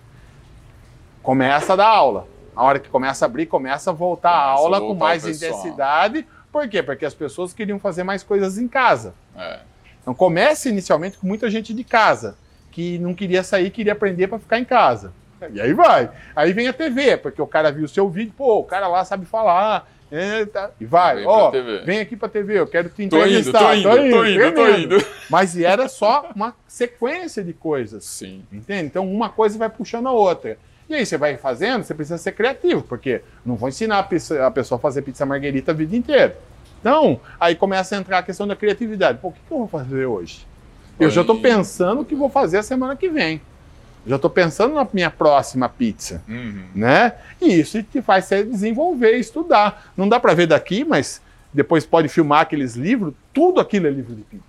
Começa a dar aula. A hora que começa a abrir, começa a voltar a aula com mais intensidade. Por quê? Porque as pessoas queriam fazer mais coisas em casa. É. Então começa inicialmente com muita gente de casa, que não queria sair, queria aprender para ficar em casa. E aí vai. Aí vem a T V, porque o cara viu o seu vídeo, pô, o cara lá sabe falar. É, tá, e vai, vem ó, vem aqui pra T V, eu quero te tô entrevistar. Indo, tô indo, tô indo, tô indo, tô indo. Mas era só uma sequência de coisas. Sim. Entende? Então uma coisa vai puxando a outra. E aí você vai fazendo, você precisa ser criativo, porque não vou ensinar a pessoa a fazer pizza marguerita a vida inteira. Então, aí começa a entrar a questão da criatividade. Pô, o que, que eu vou fazer hoje? Eu já estou pensando o que vou fazer a semana que vem. Já estou pensando na minha próxima pizza. Uhum. Né? E isso te faz você desenvolver, estudar. Não dá para ver daqui, mas depois pode filmar aqueles livros. Tudo aquilo é livro de pizza.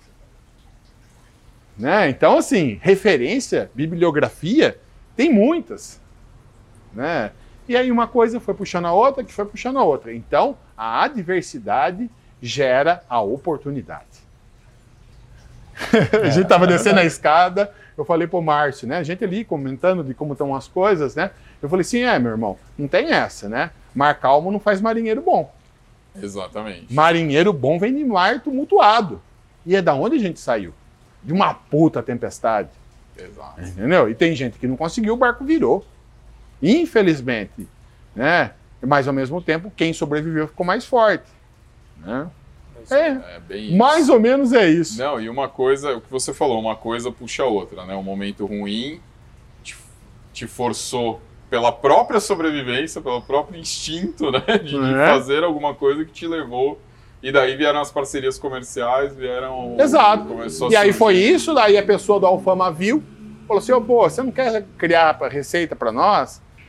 Né? Então, assim, referência, bibliografia, tem muitas. Né? E aí uma coisa foi puxando a outra, que foi puxando a outra. Então, a adversidade gera a oportunidade. A gente estava descendo a escada, eu falei pro Márcio, né? A gente ali comentando de como estão as coisas, né? Eu falei assim, é, meu irmão, não tem essa, né? Mar calmo não faz marinheiro bom. Exatamente. Marinheiro bom vem de mar tumultuado. E é da onde a gente saiu? De uma puta tempestade. Exato. Entendeu? E tem gente que não conseguiu, o barco virou. Infelizmente, né? Mas ao mesmo tempo, quem sobreviveu ficou mais forte. Né? É, é bem mais isso. ou menos é isso. Não, e uma coisa, o que você falou, uma coisa puxa a outra, né? Um momento ruim te, te forçou pela própria sobrevivência, pelo próprio instinto, né? De, de É. fazer alguma coisa que te levou. E daí vieram as parcerias comerciais, vieram... Exato. começou a E aí surgir. foi isso, daí a pessoa do Alfama viu, falou assim, oh, pô, você não quer criar a receita para nós?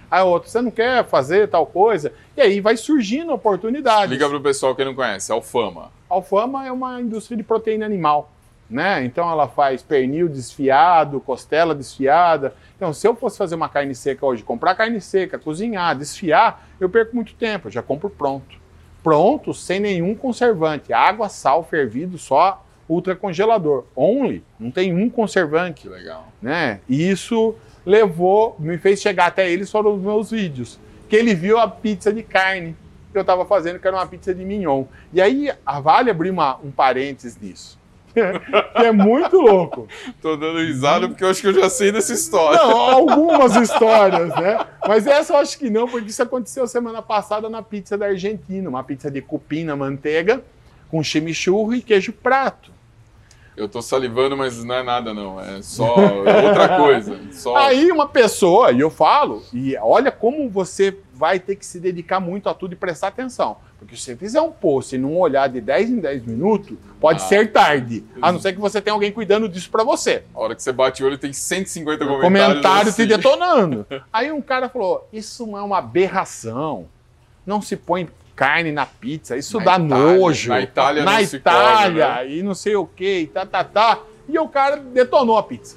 Aí outro, você não quer fazer tal coisa? E aí vai surgindo oportunidades. Liga para o pessoal que não conhece, Alfama. Alfama é uma indústria de proteína animal, né? Então ela faz pernil desfiado, costela desfiada. Então se eu fosse fazer uma carne seca hoje, comprar carne seca, cozinhar, desfiar, eu perco muito tempo, eu já compro pronto. Pronto, sem nenhum conservante. Água, sal, fervido, só ultracongelador. Only, não tem um conservante. Que legal. Né? E isso levou, me fez chegar até ele só nos meus vídeos. Que ele viu a pizza de carne que eu estava fazendo, que era uma pizza de mignon. E aí, vale abrir uma, um parênteses nisso. Que é muito louco. Tô dando risada porque eu acho que eu já sei dessa história. Não, algumas histórias, né? Mas essa eu acho que não, porque isso aconteceu semana passada na pizza da Argentina. Uma pizza de cupim na manteiga, com chimichurri e queijo prato. Eu tô salivando, mas não é nada não, é só outra coisa. Só... Aí uma pessoa, e eu falo, e olha como você vai ter que se dedicar muito a tudo e prestar atenção. Porque se você fizer um post e não olhar de dez em dez minutos, pode ah, ser tarde. A não ser que você tenha alguém cuidando disso pra você. A hora que você bate o olho tem cento e cinquenta comentários. Comentário assim. te detonando. Aí um cara falou, isso não é uma aberração. Não se põe carne na pizza, isso na dá Itália, nojo. Na Itália Na não Itália, se come, né? E não sei o que, e tá, tá, tá. E o cara detonou a pizza.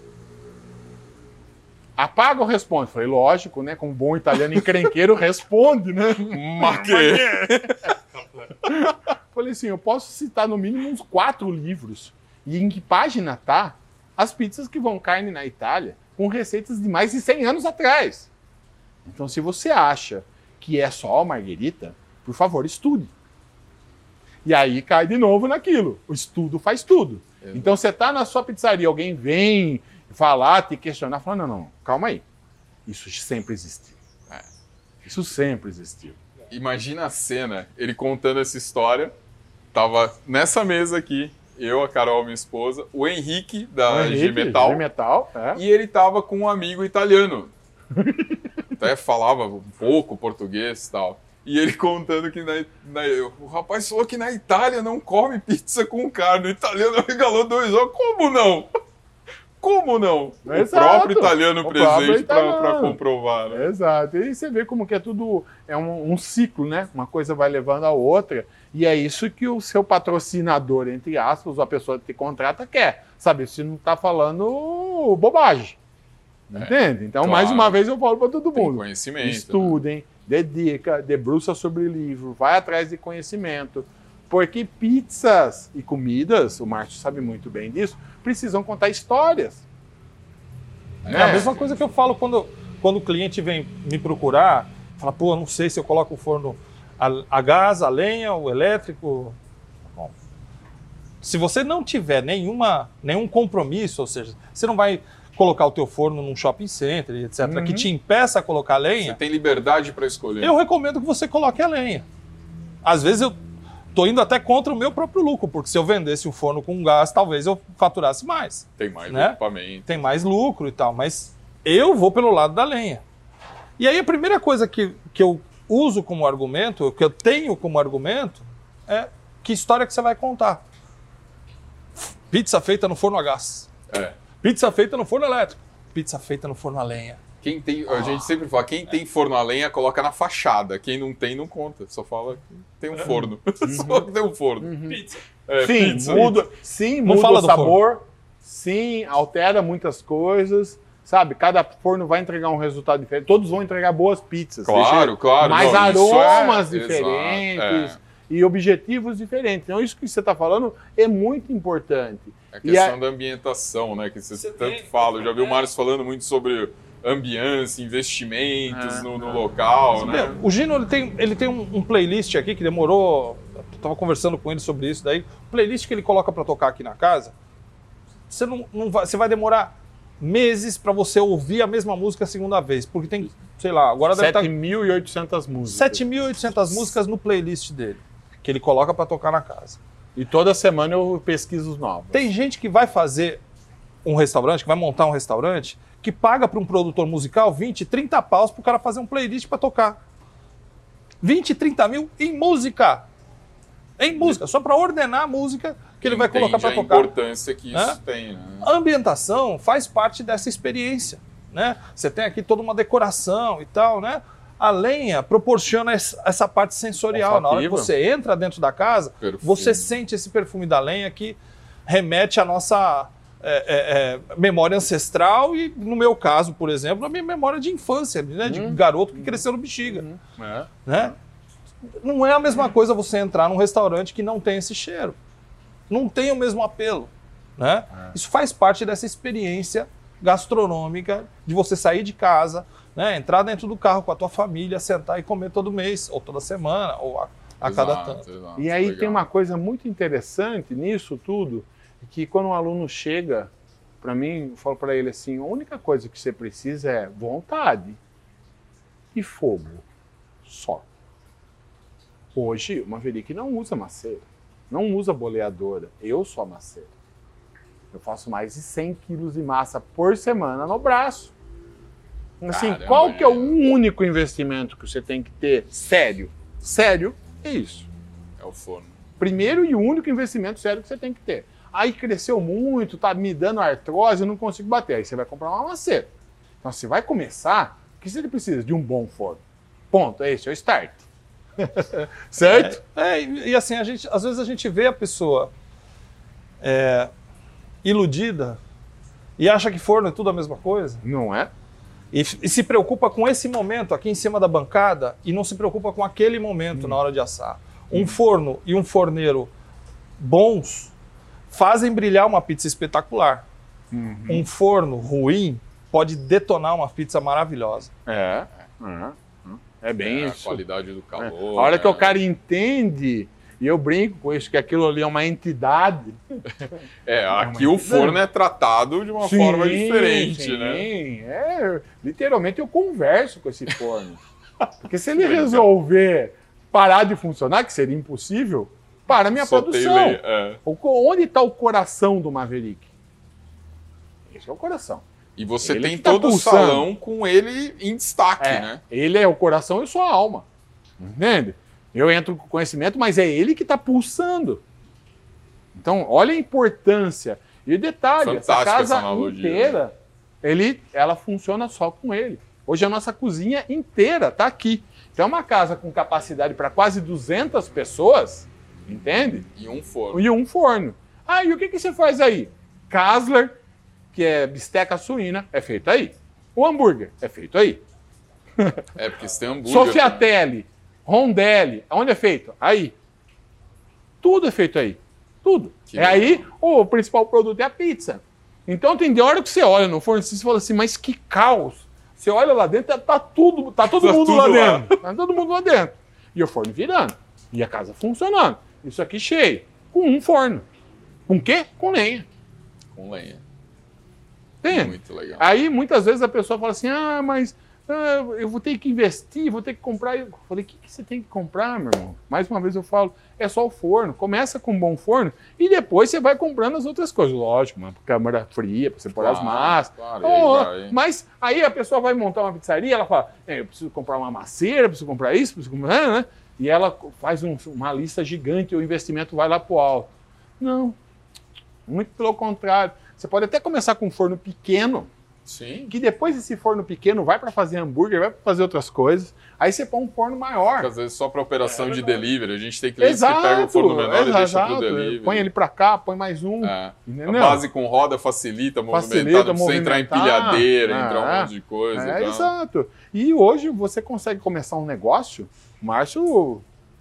Apaga ou responde? Falei, lógico, né? Como bom italiano encrenqueiro, responde, né? Maquê. Falei assim, eu posso citar no mínimo uns quatro livros. E em que página tá as pizzas que vão carne na Itália com receitas de mais de cem anos atrás. Então, se você acha que é só marguerita, por favor, estude. E aí cai de novo naquilo. O estudo faz tudo. Exato. Então, você está na sua pizzaria, alguém vem falar, te questionar, fala, não, não, calma aí. Isso sempre existiu. É. Isso sempre existiu. Imagina a cena, ele contando essa história, tava nessa mesa aqui, eu, a Carol, minha esposa, o Henrique, da G-Metal, G-Metal, é. E ele tava com um amigo italiano. Até falava um pouco português e tal. E ele contando que na, na, o rapaz falou que na Itália não come pizza com carne. O italiano regalou dois olhos. Como não? Como não? Exato. O próprio italiano o presente para comprovar. Né? Exato. E você vê como que é tudo, é um, um ciclo, né? Uma coisa vai levando a outra. E é isso que o seu patrocinador, entre aspas, a pessoa que te contrata quer. Saber se não está falando bobagem. É, entende? Então, claro. Mais uma vez eu falo para todo mundo. Tem conhecimento. Estudem. Né? Dedica, debruça sobre livro, vai atrás de conhecimento. Porque pizzas e comidas, o Márcio sabe muito bem disso, precisam contar histórias. É, é a mesma coisa que eu falo quando, quando o cliente vem me procurar, fala, pô, não sei se eu coloco o forno a, a gás, a lenha, o elétrico. Bom, se você não tiver nenhuma, nenhum compromisso, ou seja, você não vai colocar o teu forno num shopping center, etcétera, uhum. que te impeça a colocar lenha. Você tem liberdade para escolher. Eu recomendo que você coloque a lenha. Às vezes eu tô indo até contra o meu próprio lucro, porque se eu vendesse o forno com gás, talvez eu faturasse mais. Tem mais né? equipamento. Tem mais lucro e tal, mas eu vou pelo lado da lenha. E aí a primeira coisa que, que eu uso como argumento, que eu tenho como argumento, é que história que você vai contar. Pizza feita no forno a gás. É. Pizza feita no forno elétrico. Pizza feita no forno a lenha. Quem tem, a gente sempre fala, quem tem forno a lenha coloca na fachada. Quem não tem, não conta. Só fala que tem um forno. Uhum. Só que tem um forno. Uhum. Pizza. É, sim, pizza. muda, sim, não muda fala o do sabor. Forno. Sim, altera muitas coisas. Sabe, cada forno vai entregar um resultado diferente. Todos vão entregar boas pizzas. Claro, deixa, claro. Mais não, aromas é, diferentes. É. E objetivos diferentes. Então, isso que você está falando é muito importante. É a questão a... da ambientação, né? Que você, você tanto tem, fala. Eu já vi o Márcio falando muito sobre ambiência, investimentos é, no, no é. local, né? Vê, o Gino ele tem, ele tem um, um playlist aqui que demorou. Eu estava conversando com ele sobre isso daí. O playlist que ele coloca para tocar aqui na casa, você, não, não vai, você vai demorar meses para você ouvir a mesma música a segunda vez. Porque tem, sei lá, agora deve estar. sete mil e oitocentas músicas. sete mil e oitocentas músicas no playlist dele, que ele coloca para tocar na casa. E toda semana eu pesquiso os novos. Tem gente que vai fazer um restaurante, que vai montar um restaurante, que paga para um produtor musical vinte, trinta paus para o cara fazer um playlist para tocar. vinte, trinta mil em música. Em música, só para ordenar a música que ele vai colocar para tocar. A importância que isso é? tem. Né? A ambientação faz parte dessa experiência. né? Você tem aqui toda uma decoração e tal, né? A lenha proporciona essa parte sensorial. Na hora que você entra dentro da casa, perfume. Você sente esse perfume da lenha que remete à nossa é, é, memória ancestral e, no meu caso, por exemplo, a minha memória de infância, né? De hum. garoto que cresceu no Bexiga. Hum. É. Né? Não é a mesma coisa você entrar num restaurante que não tem esse cheiro. Não tem o mesmo apelo. Né? É. Isso faz parte dessa experiência gastronômica de você sair de casa, né? Entrar dentro do carro com a tua família, sentar e comer todo mês, ou toda semana, ou a, a exato, cada tanto. Exato, e aí legal. Tem uma coisa muito interessante nisso tudo, que quando um aluno chega para mim, eu falo para ele assim, a única coisa que você precisa é vontade e fogo, só. Hoje, o Maverick não usa maceira, não usa boleadora, eu sou a maceira. Eu faço mais de cem quilos de massa por semana no braço. Assim, caramba, qual que é o único investimento que você tem que ter sério? Sério, é isso. É o forno. Primeiro e único investimento sério que você tem que ter. Aí cresceu muito, tá me dando artrose, eu não consigo bater. Aí você vai comprar uma maceira. Então, você vai começar, o que você precisa? De um bom forno. Ponto, esse é o start. Certo? É, é, e assim, a gente, às vezes a gente vê a pessoa é, iludida e acha que forno é tudo a mesma coisa. Não é? E, e se preocupa com esse momento aqui em cima da bancada e não se preocupa com aquele momento hum. na hora de assar. Um hum. forno e um forneiro bons fazem brilhar uma pizza espetacular. Uhum. Um forno ruim pode detonar uma pizza maravilhosa. É, é, é bem é, isso. A qualidade do calor. É. A hora é. que o cara entende, e eu brinco com isso, que aquilo ali é uma entidade. É, aqui é o forno é tratado de uma sim, forma diferente, sim, né? Sim, é, literalmente eu converso com esse forno. Porque se ele resolver parar de funcionar, que seria impossível, para a minha Só produção. Tem, é. Onde está o coração do Maverick? Esse é o coração. E você ele tem todo tá o salão com ele em destaque, é, né? Ele é o coração e eu sou a alma. Entende? Eu entro com conhecimento, mas é ele que está pulsando. Então, olha a importância. E o detalhe, Fantástica essa casa essa inteira, ele, ela funciona só com ele. Hoje a nossa cozinha inteira está aqui. Então é uma casa com capacidade para quase duzentas pessoas, entende? E um forno. E um forno. Ah, e o que, que você faz aí? Kassler, que é bisteca suína, é feito aí. O hambúrguer é feito aí. É, porque você tem hambúrguer. Sofiatelli, rondelli, onde é feito? Aí. Tudo é feito aí. Tudo. Que é legal. Aí, o principal produto é a pizza. Então tem de hora que você olha no forno e você fala assim, mas que caos. Você olha lá dentro, tá, tudo, tá todo tá mundo lá dentro. Lá. Tá todo mundo lá dentro. E o forno virando. E a casa funcionando. Isso aqui cheio. Com um forno. Com o quê? Com lenha. Com lenha. Tem. Muito legal. Aí, muitas vezes, a pessoa fala assim, ah, mas ah, eu vou ter que investir, vou ter que comprar. Eu falei, o que, que você tem que comprar, meu irmão? Mais uma vez eu falo, é só o forno. Começa com um bom forno e depois você vai comprando as outras coisas. Lógico, uma câmara fria para você pôr claro, as massas. Claro, oh, aí, aí. Mas aí a pessoa vai montar uma pizzaria, ela fala, é, eu preciso comprar uma macieira, preciso comprar isso, preciso comprar... Né? E ela faz um, uma lista gigante e o investimento vai lá para o alto. Não, muito pelo contrário. Você pode até começar com um forno pequeno, sim, que depois esse forno pequeno vai para fazer hambúrguer, vai para fazer outras coisas, aí você põe um forno maior. Porque às vezes só para operação é, de delivery, a gente tem clientes exato, que pegam o forno menor exato, e deixa para o delivery. Põe ele para cá, põe mais um. É. A base com roda facilita, facilita movimentar, não precisa entrar em pilhadeira, é. entrar um monte de coisa. É, então. Exato. E hoje você consegue começar um negócio, o Márcio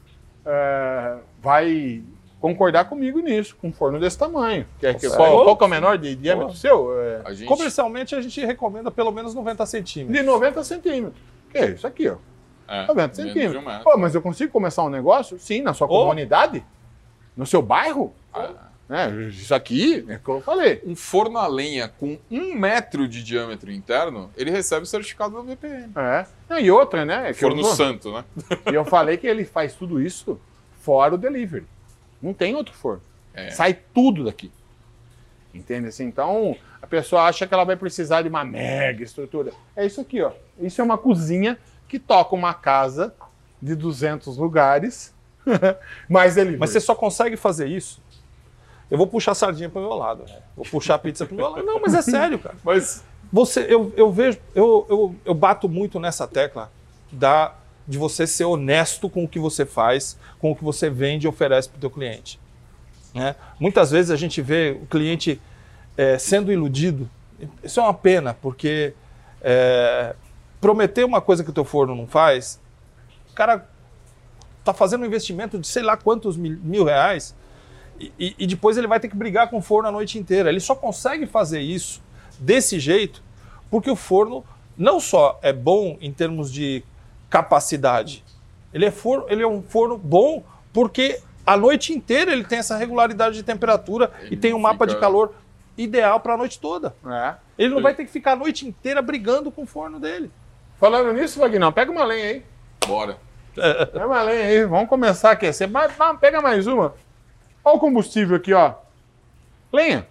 é, vai... concordar comigo nisso, com um forno desse tamanho. Que é, que, qual, qual que é o menor de diâmetro seu? É... A gente... Comercialmente, a gente recomenda pelo menos noventa centímetros. De noventa centímetros. Que é isso aqui, ó. É, noventa centímetros. Um Pô, mas eu consigo começar um negócio? Sim, na sua oh. comunidade? No seu bairro? Ah. É, isso aqui é o que eu falei. Um forno a lenha com um metro de diâmetro interno, ele recebe o certificado da V P M. É. E outra, né? Forno eu... santo, né? E eu falei que ele faz tudo isso fora o delivery. Não tem outro forno. É. Sai tudo daqui. Entende? Assim, então, a pessoa acha que ela vai precisar de uma mega estrutura. É isso aqui, ó. Isso é uma cozinha que toca uma casa de duzentos lugares, mais delivery. Mas você só consegue fazer isso? Eu vou puxar a sardinha pro meu lado. Né? Vou puxar a pizza pro meu lado. Não, mas é sério, cara. Mas você, eu, eu vejo, eu, eu, eu bato muito nessa tecla da, de você ser honesto com o que você faz, com o que você vende e oferece para o teu cliente. Né? Muitas vezes a gente vê o cliente é, sendo iludido. Isso é uma pena, porque é, prometer uma coisa que o teu forno não faz, o cara está fazendo um investimento de sei lá quantos mil, mil reais e, e, e depois ele vai ter que brigar com o forno a noite inteira. Ele só consegue fazer isso desse jeito porque o forno não só é bom em termos de capacidade, ele é, forno, ele é um forno bom porque a noite inteira ele tem essa regularidade de temperatura ele e tem um mapa fica... de calor ideal para a noite toda. É. Ele não vai ter que ficar a noite inteira brigando com o forno dele. Falando nisso, Vagnão, pega uma lenha aí. Bora. Pega uma lenha aí, vamos começar a aquecer. Mas, mas, pega mais uma. Olha o combustível aqui, ó. Lenha.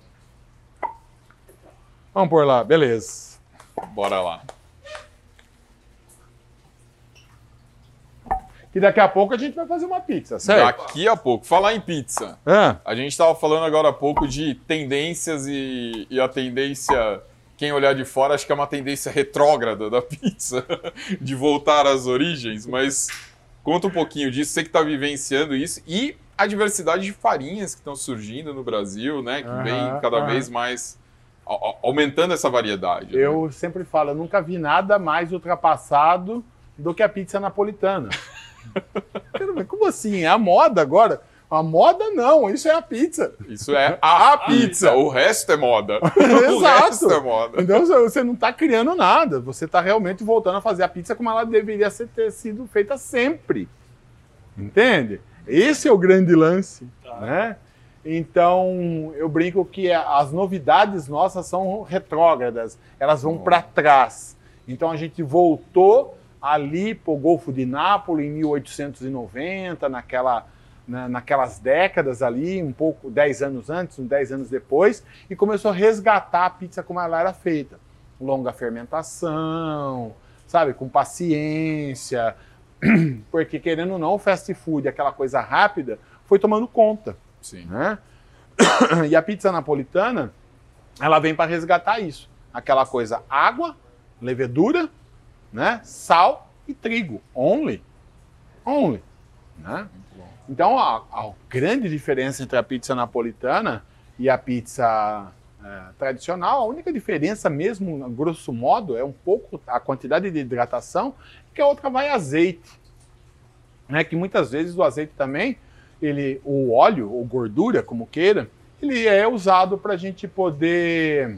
Vamos por lá, beleza. Bora lá. Que daqui a pouco a gente vai fazer uma pizza, certo? Daqui a pouco. Falar em pizza. É. A gente estava falando agora há pouco de tendências e, e a tendência, quem olhar de fora, acho que é uma tendência retrógrada da pizza, de voltar às origens, mas conta um pouquinho disso, você que está vivenciando isso e a diversidade de farinhas que estão surgindo no Brasil, né? Que uhum, vem cada uhum. vez mais a, a, aumentando essa variedade. Eu né? sempre falo, eu nunca vi nada mais ultrapassado do que a pizza napolitana. Como assim? É a moda agora? A moda não, isso é a pizza. Isso é a, a pizza. pizza, o resto é moda. Exato. O resto é moda. Então você não está criando nada, você está realmente voltando a fazer a pizza como ela deveria ser, ter sido feita sempre. Entende? Esse é o grande lance. Ah. Né? Então eu brinco que as novidades nossas são retrógradas, elas vão oh. para trás. Então a gente voltou ali para o Golfo de Nápoles em mil oitocentos e noventa, naquela, na, naquelas décadas ali, um pouco, dez anos antes, uns dez anos depois, e começou a resgatar a pizza como ela era feita. Longa fermentação, sabe, com paciência, porque querendo ou não, o fast food, aquela coisa rápida, foi tomando conta. Sim. Né? E a pizza napolitana, ela vem para resgatar isso. Aquela coisa, água, levedura, né? Sal e trigo, only, only, né? Então a, a grande diferença entre a pizza napolitana e a pizza é, tradicional, a única diferença mesmo, a grosso modo, é um pouco a quantidade de hidratação, que a outra vai azeite, né? Que muitas vezes o azeite também, ele, o óleo ou gordura, como queira, ele é usado para a gente poder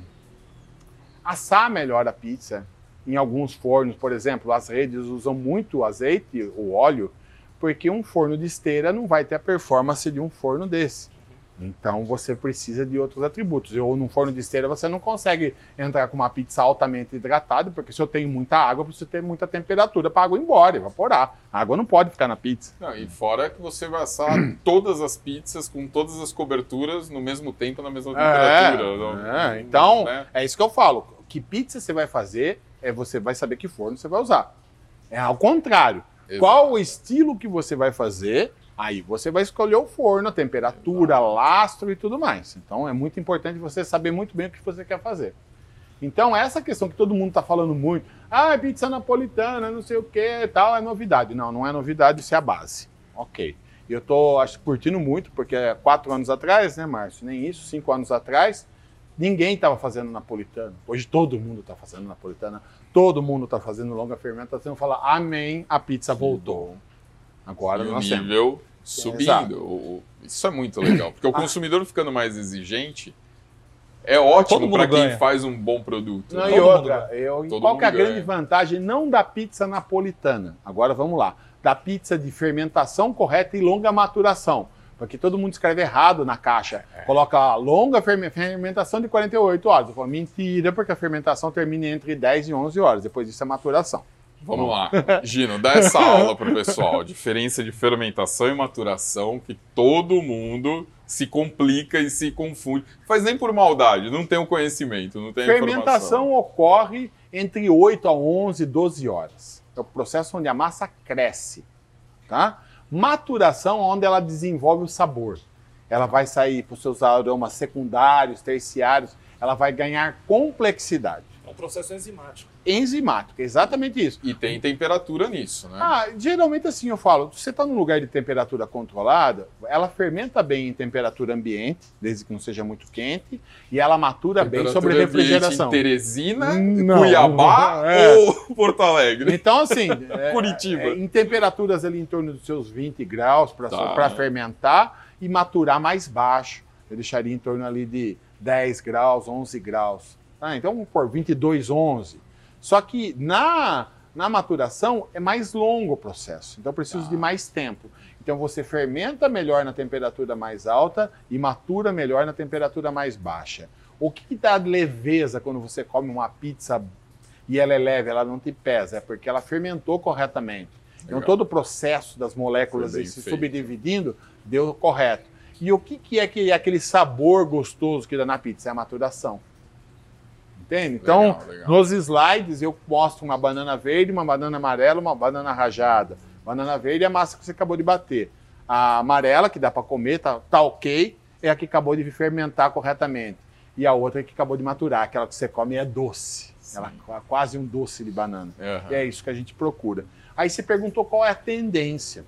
assar melhor a pizza. Em alguns fornos, por exemplo, as redes usam muito azeite, o óleo, porque um forno de esteira não vai ter a performance de um forno desse. Então você precisa de outros atributos. Ou num forno de esteira você não consegue entrar com uma pizza altamente hidratada, porque se eu tenho muita água, eu preciso ter muita temperatura para a água ir embora, evaporar. A água não pode ficar na pizza. Não, e fora que você vai assar todas as pizzas com todas as coberturas no mesmo tempo, na mesma temperatura. É, não, é. Então, né? É isso que eu falo. Que pizza você vai fazer, é você vai saber que forno você vai usar. É ao contrário. Exato. Qual o estilo que você vai fazer, aí você vai escolher o forno, a temperatura, Exato. Lastro e tudo mais. Então é muito importante você saber muito bem o que você quer fazer. Então essa questão que todo mundo está falando muito, ah, pizza napolitana, não sei o que, tal, é novidade. Não, não é novidade, isso é a base. Ok. E eu tô, acho, curtindo muito, porque é quatro anos atrás, né, Márcio? Nem isso, cinco anos atrás, ninguém estava fazendo napolitana. Hoje todo mundo está fazendo napolitana. Todo mundo está fazendo longa fermentação. Fala, amém, a pizza voltou. Agora e nós o nível temos. Subindo. O, isso é muito legal. Porque o consumidor ficando mais exigente é ótimo para quem faz um bom produto. Não, né? E outra, eu, qual que é a ganha. Grande vantagem não da pizza napolitana? Agora vamos lá. Da pizza de fermentação correta e longa maturação. Porque todo mundo escreve errado na caixa. É. Coloca longa fermentação de quarenta e oito horas. Eu falo, mentira, porque a fermentação termina entre dez e onze horas. Depois disso é maturação. Vamos lá. Gino, dá essa aula para o pessoal. Diferença de fermentação e maturação, que todo mundo se complica e se confunde. Faz nem por maldade, não tem o conhecimento, não tem a informação. Fermentação ocorre entre oito a onze, doze horas. É o processo onde a massa cresce, tá? Maturação, onde ela desenvolve o sabor. Ela vai sair para os seus aromas secundários, terciários, ela vai ganhar complexidade. um processo enzimático. Enzimático, exatamente isso. E tem temperatura nisso, né? Ah, geralmente assim eu falo, você está num lugar de temperatura controlada, ela fermenta bem em temperatura ambiente, desde que não seja muito quente, e ela matura bem sobre refrigeração. Em Teresina, Não, Cuiabá é. ou Porto Alegre? Então assim, é, Curitiba. é, em temperaturas ali em torno dos seus vinte graus para Tá. fermentar e maturar mais baixo. Eu deixaria em torno ali de dez graus, onze graus. Ah, então vamos pôr vinte e dois, onze. Só que na, na maturação é mais longo o processo, então eu preciso Tá. de mais tempo. Então você fermenta melhor na temperatura mais alta e matura melhor na temperatura mais baixa. O que, que dá leveza quando você come uma pizza e ela é leve, ela não te pesa? É porque ela fermentou corretamente. Então Legal. todo o processo das moléculas Foi bem se feito. subdividindo deu correto. E o que, que é que é aquele sabor gostoso que dá na pizza? É a maturação. Entende? Então, Legal, legal. nos slides eu mostro uma banana verde, uma banana amarela, uma banana rajada. Banana verde é a massa que você acabou de bater. A amarela, que dá para comer, tá, tá ok, é a que acabou de fermentar corretamente. E a outra é que acabou de maturar, aquela que você come é doce. Sim. Ela é quase um doce de banana. Uhum. E é isso que a gente procura. Aí você perguntou qual é a tendência.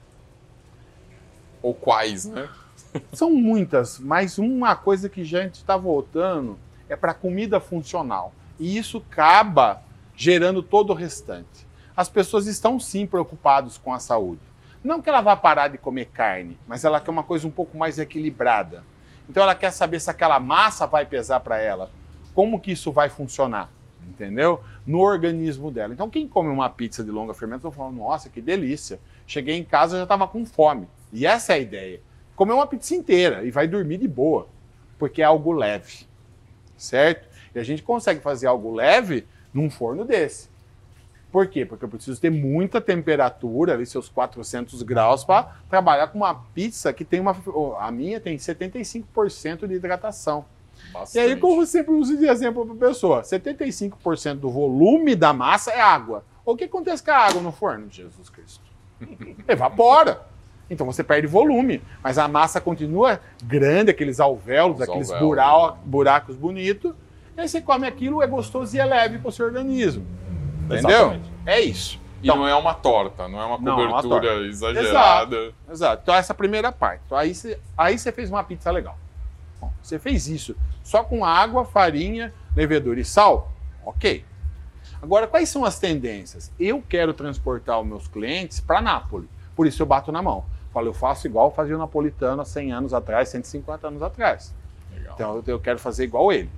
Ou quais, né? São muitas, mas uma coisa que já a gente está voltando é para comida funcional. E isso acaba gerando todo o restante. As pessoas estão sim preocupadas com a saúde. Não que ela vá parar de comer carne, mas ela quer uma coisa um pouco mais equilibrada. Então ela quer saber se aquela massa vai pesar para ela, como que isso vai funcionar, entendeu? No organismo dela. Então quem come uma pizza de longa fermentação fala, nossa, que delícia. Cheguei em casa e já estava com fome. E essa é a ideia. Comer uma pizza inteira e vai dormir de boa, porque é algo leve, certo? E a gente consegue fazer algo leve num forno desse. Por quê? Porque eu preciso ter muita temperatura, ali seus quatrocentos graus, para trabalhar com uma pizza que tem uma... A minha tem setenta e cinco por cento de hidratação. Bastante. E aí, como eu sempre uso de exemplo para a pessoa, setenta e cinco por cento do volume da massa é água. O que acontece com a água no forno? Jesus Cristo. Evapora. Então você perde volume, mas a massa continua grande, aqueles alvéolos, Os aqueles alvéolos, burau- né? buracos bonitos. E aí você come aquilo, é gostoso e é leve para o seu organismo. Entendeu? Exatamente. É isso. E não é uma torta, não é uma Não, é uma cobertura torta. exagerada. Exato. Então essa é a primeira parte. Então, aí, você, aí você fez uma pizza legal. Bom, você fez isso só com água, farinha, levedura e sal? Ok. Agora, quais são as tendências? Eu quero transportar os meus clientes para Nápoles. Por isso eu bato na mão. Falo, eu faço igual fazia o napolitano há cem anos atrás, cento e cinquenta anos atrás. Legal. Então eu quero fazer igual ele.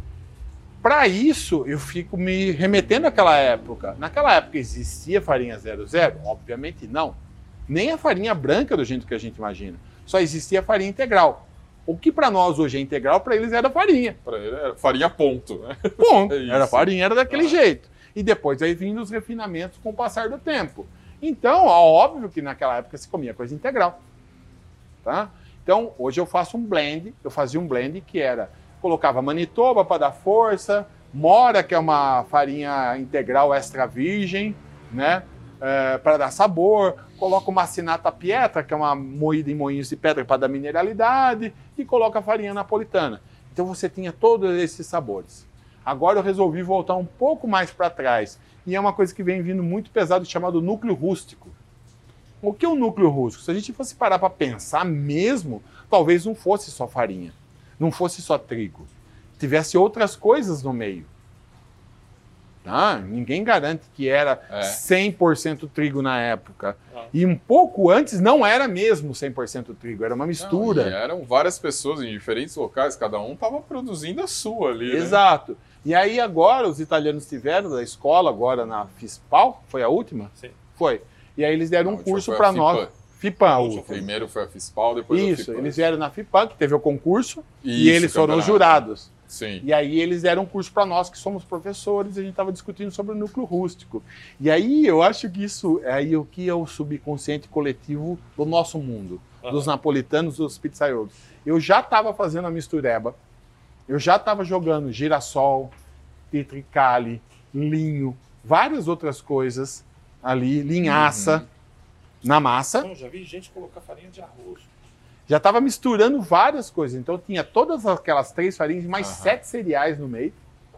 Para isso, eu fico me remetendo àquela época. Naquela época existia farinha zero zero? Obviamente não. Nem a farinha branca do jeito que a gente imagina. Só existia farinha integral. O que para nós hoje é integral, para eles era farinha. Pra ele era farinha ponto, né? Ponto. É isso. Era farinha, era daquele Ah. jeito. E depois aí vindo os refinamentos com o passar do tempo. Então, ó, óbvio que naquela época se comia coisa integral. Tá? Então, hoje eu faço um blend. Eu fazia um blend que era... Colocava Manitoba para dar força, Mora, que é uma farinha integral extra virgem, né? É, para dar sabor. Coloca uma Sinata Pietra, que é uma moída em moinhos de pedra para dar mineralidade. E coloca a farinha napolitana. Então você tinha todos esses sabores. Agora eu resolvi voltar um pouco mais para trás. E é uma coisa que vem vindo muito pesado, chamado núcleo rústico. O que é o núcleo rústico? Se a gente fosse parar para pensar mesmo, talvez não fosse só farinha. Não fosse só trigo, tivesse outras coisas no meio. Tá? Ninguém garante que era É. cem por cento trigo na época. Ah. E um pouco antes não era mesmo cem por cento trigo, era uma mistura. Não, e eram várias pessoas em diferentes locais, cada um estava produzindo a sua ali. Né? Exato. E aí agora os italianos tiveram da escola, agora na FISPAL, foi a última? Sim. Foi. E aí eles deram A um última curso foi a para FIPAM. nós. FIPAM, a A última. última Primeiro foi a FISPAL, depois a Isso, FIPAM. eles vieram na FIPAM, que teve o concurso, e Isso, eles foram campeonato. jurados. Sim. E aí eles deram um curso para nós, que somos professores, e a gente estava discutindo sobre o núcleo rústico. E aí eu acho que isso é aí o que é o subconsciente coletivo do nosso mundo, Aham. dos napolitanos, dos pizzaiolos. Eu já estava fazendo a mistureba, eu já estava jogando girassol, petricale, linho, várias outras coisas ali, linhaça, Uhum. na massa. Não, já vi gente colocar farinha de arroz. Já estava misturando várias coisas. Então tinha todas aquelas três farinhas, mais Aham. sete cereais no meio.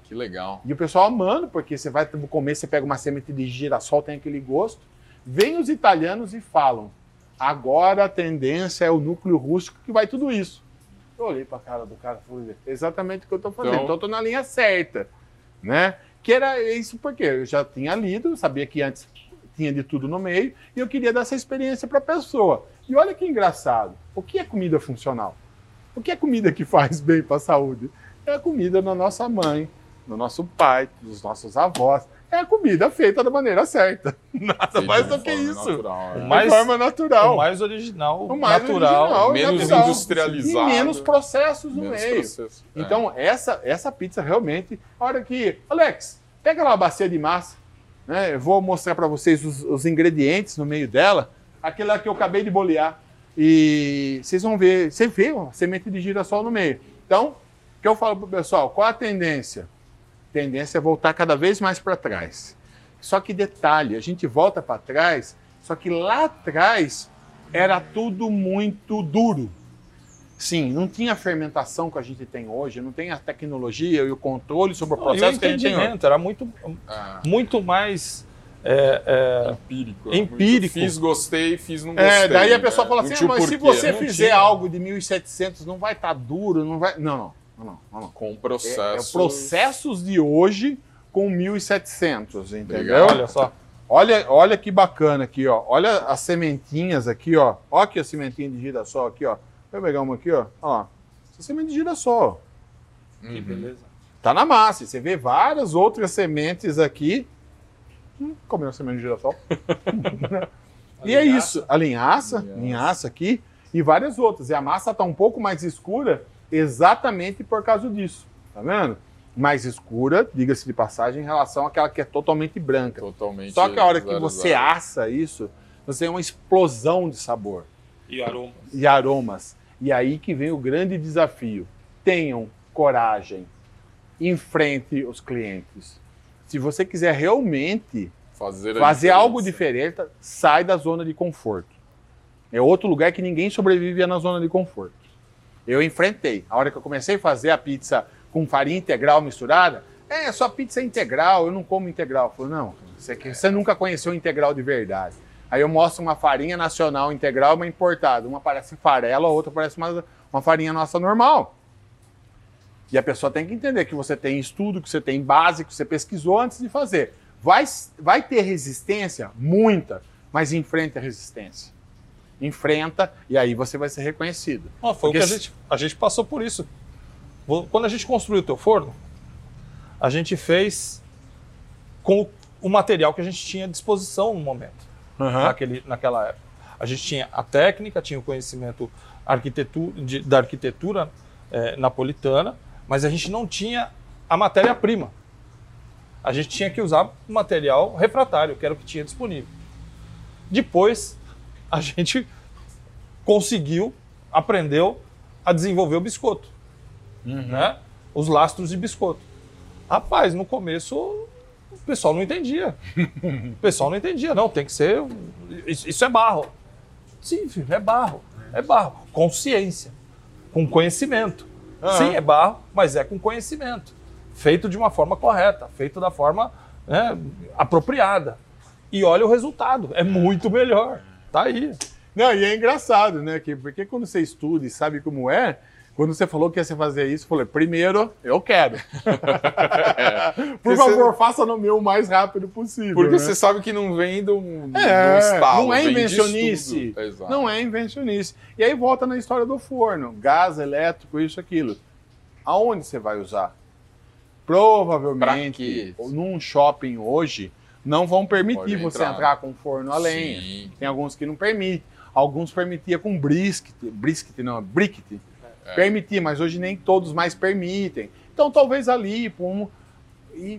Que legal. E o pessoal amando, porque você vai comer, você pega uma semente de girassol, tem aquele gosto. Vem os italianos e falam, agora a tendência é o núcleo rústico que vai tudo isso. Eu olhei para a cara do cara e falei, exatamente o que eu estou fazendo, então eu estou na linha certa. Né? Que era isso porque eu já tinha lido, sabia que antes tinha de tudo no meio, e eu queria dar essa experiência para a pessoa. E olha que engraçado, o que é comida funcional? O que é comida que faz bem para a saúde? É a comida da nossa mãe, do nosso pai, dos nossos avós. É a comida feita da maneira certa. Nada Feito mais de do que forma isso. natural, é. De Mais- forma natural. O mais original, O mais natural. original, menos natural. industrializado. E menos processos no Menos meio. processo. É. Então, essa, essa pizza realmente, a hora que... Alex, pega lá uma bacia de massa, né? Eu vou mostrar para vocês os, os ingredientes no meio dela, aquela que eu acabei de bolear. E vocês vão ver, você vê uma semente de girassol no meio. Então, o que eu falo pro pessoal, qual a tendência? A tendência é voltar cada vez mais para trás. Só que detalhe, a gente volta para trás, só que lá atrás era tudo muito duro. Sim, não tinha a fermentação que a gente tem hoje, não tem a tecnologia e o controle sobre o Não, e o processo que a gente tem hoje. entendimento era muito, Ah, muito mais é, empírico. é, empírico. Fiz, gostei, fiz, não gostei. É, daí a pessoa né? fala Não assim, tinha ah, o mas se porquê. você Não fizer tinha. algo de mil e setecentos, não vai estar duro, não vai... Não, não, não, não. não, não. Com É, é processo. processos de hoje com mil e setecentos, entendeu? Legal. olha só. Olha, olha que bacana aqui, ó. Olha as sementinhas aqui, ó. Olha aqui a sementinha de girassol aqui, ó. Vou pegar uma aqui, ó. Ó, essa semente de girassol. Que Uhum. beleza. Tá na massa. Você vê várias outras sementes aqui. Hum, comeu a semente de girassol. E é linhaça. isso. A linhaça, Linhaça. linhaça aqui e várias outras. E a massa tá um pouco mais escura exatamente por causa disso. Tá vendo? Mais escura, diga-se de passagem, em relação àquela que é totalmente branca. Totalmente. Só que a hora que zero, você zero. assa isso, você tem uma explosão de sabor E aroma. e aromas. E aí que vem o grande desafio. Tenham coragem. Enfrente os clientes. Se você quiser realmente Fazer, a fazer algo diferença. diferente, sai da zona de conforto. É outro lugar que ninguém sobrevive é na zona de conforto. Eu enfrentei. A hora que eu comecei a fazer a pizza com farinha integral misturada, é, só pizza é integral, eu não como integral. Eu falei, não, você, você nunca conheceu integral de verdade. Aí eu mostro uma farinha nacional integral, uma importada. Uma parece farela, a outra parece uma, uma farinha nossa normal. E a pessoa tem que entender que você tem estudo, que você tem base, que você pesquisou antes de fazer. Vai, vai ter resistência? Muita, mas enfrenta a resistência. Enfrenta e aí você vai ser reconhecido. Ah, foi o Porque que a se- gente, a gente passou por isso. Vo- Quando a gente construiu o teu forno, a gente fez com o material que a gente tinha à disposição no momento, naquele, naquela época. A gente tinha a técnica, tinha o conhecimento arquitetu- de- da arquitetura eh, napolitana, mas a gente não tinha a matéria-prima. A gente tinha que usar o material refratário, que era o que tinha disponível. Depois, a gente conseguiu, aprendeu a desenvolver o biscoito, né? Os lastros de biscoito. Rapaz, no começo o pessoal não entendia. O pessoal não entendia, não, tem que ser... Isso, isso é barro. Sim, filho, é barro. É barro. Com ciência, com conhecimento. Aham. Sim, é barro, mas é com conhecimento. Feito de uma forma correta, feito da forma né, apropriada. E olha o resultado, é muito melhor. Tá aí. Não, e é engraçado, né? Que, porque quando você estuda e sabe como é, quando você falou que ia fazer isso, eu falei, primeiro, eu quero. Por Porque favor, faça no meu o mais rápido possível. Porque né? você sabe que não vem do, do É, estalo, não é vem de invencionice. estudo. Exato. Não é invencionice. E aí volta na história do forno. Gás, elétrico, isso, aquilo. Aonde você vai usar? Provavelmente, Pra quê? num shopping hoje, não vão permitir Pode você entrar. entrar com forno a lenha. Sim. Tem alguns que não permitem. Alguns permitia com brisket. Brisket não, briquet. É. Permitia, mas hoje nem todos mais permitem. Então talvez ali, por um... E...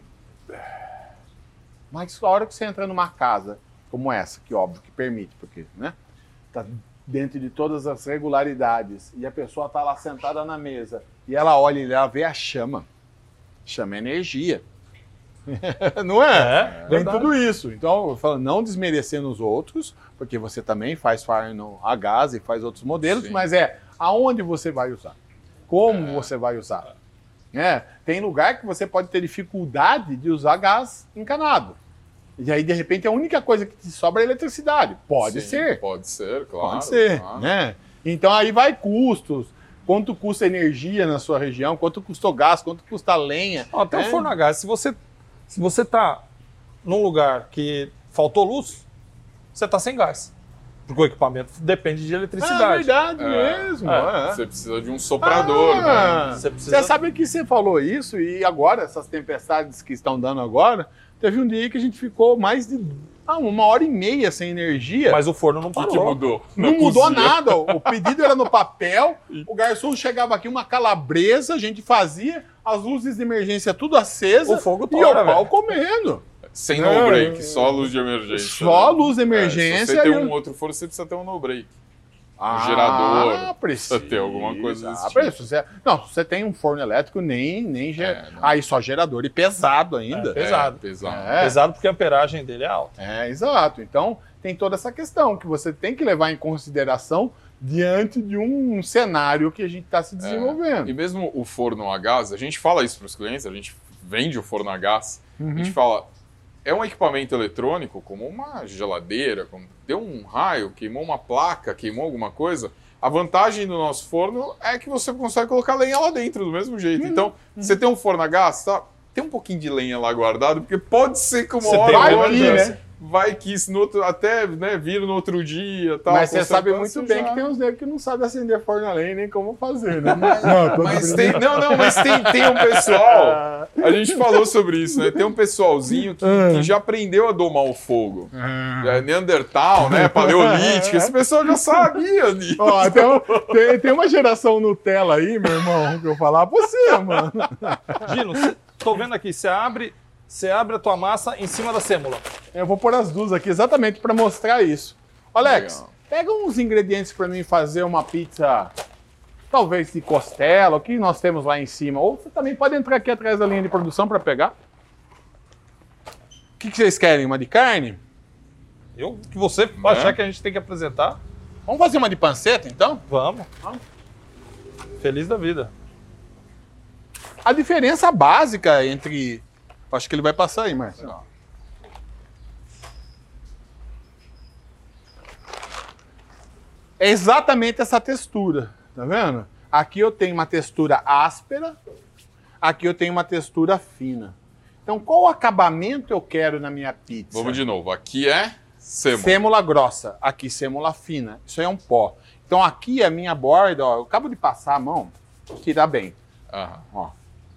Mas a hora que você entra numa casa como essa, que óbvio que permite, porque, né? Tá dentro de todas as regularidades e a pessoa tá lá sentada na mesa e ela olha e ela vê a chama. Chama é energia. Não é? É, Tem verdade. tudo isso. Então, eu falo, não desmerecendo os outros, porque você também faz farno a gás e faz outros modelos, Sim. mas é aonde você vai usar, como você vai usar. É, tem lugar que você pode ter dificuldade de usar gás encanado. E aí, de repente, a única coisa que te sobra é eletricidade. Pode Sim, ser. Pode ser, claro. Pode ser, claro. né? Então aí vai custos. Quanto custa energia na sua região, quanto custa o gás, quanto custa a lenha. Ó, até né? o forno a gás, se você se você tá num lugar que faltou luz, você tá sem gás. Porque o equipamento depende de Ah, é eletricidade. verdade É, mesmo. é. é. Você precisa de um soprador, Ah, né? Você precisa- Você sabe que você falou isso e agora, essas tempestades que estão dando agora, teve um dia que a gente ficou mais de ah, uma hora e meia sem energia. Mas o forno não O parou. que, que mudou? Não na mudou cozinha? nada. O pedido era no papel, o garçom chegava aqui, uma calabresa, a gente fazia, as luzes de emergência tudo acesa O fogo e o tora, pau velho. comendo. Sem Não, no break, é- só luz de emergência. Só né? luz de É, se emergência. você tem e um o- outro forno, você precisa ter um no break. Ah, gerador, precisa ter alguma coisa desse Ah, tipo. precisa. Você- Não, se você tem um forno elétrico, nem, nem ge- É, não. aí só gerador e pesado ainda. É, pesado. É, pesado. É. Pesado porque a amperagem dele é alta. É, exato. Então, tem toda essa questão que você tem que levar em consideração diante de um cenário que a gente está se desenvolvendo. E mesmo o forno a gás, a gente fala isso para os clientes, a gente vende o forno a gás, Uhum. a gente fala, é um equipamento eletrônico, como uma geladeira, como deu um raio, queimou uma placa, queimou alguma coisa. A vantagem do nosso forno é que você consegue colocar lenha lá dentro do mesmo jeito. Uhum. Então, você tem um forno a gás, tá? Tem um pouquinho de lenha lá guardado, porque pode ser que uma Você hora tem ou vai outra, que, né? vai que isso no outro, até né, vir no outro dia. Tal, Mas você consertar, sabe muito você bem já- que tem uns negros que não sabem acender forno a lenha nem como fazer, né? Não, tô Mas brincando. tem, não, não, mas tem, tem um pessoal. A gente falou sobre isso, né? Tem um pessoalzinho que, que já aprendeu a domar o fogo. É Neandertal, né? Paleolítico. Esse pessoal já sabia disso. Ó, tem, um- tem- tem uma geração Nutella aí, meu irmão, que eu falar pra você, mano. Gino, cê- tô vendo aqui, você abre, você abre a tua massa em cima da sêmula. Eu vou pôr as duas aqui exatamente para mostrar isso. Alex, Legal. pega uns ingredientes para mim fazer uma pizza, talvez de costela, o que nós temos lá em cima. Ou você também pode entrar aqui atrás da linha de produção para pegar. O que, que vocês querem? Uma de carne? Eu, que você Né? achar que a gente tem que apresentar, Vamos fazer uma de panceta, então? vamos. Feliz da vida. A diferença básica entre... Acho que ele vai passar aí, Márcio. É exatamente essa textura, tá vendo? Aqui eu tenho uma textura áspera, aqui eu tenho uma textura fina. Então, qual acabamento eu quero na minha pizza? Vamos de novo. Aqui é sêmola. Sêmola grossa, aqui sêmola fina. Isso aí é um pó. Então, aqui a minha borda, ó, eu acabo de passar a mão, tirar bem. Aham. Ó.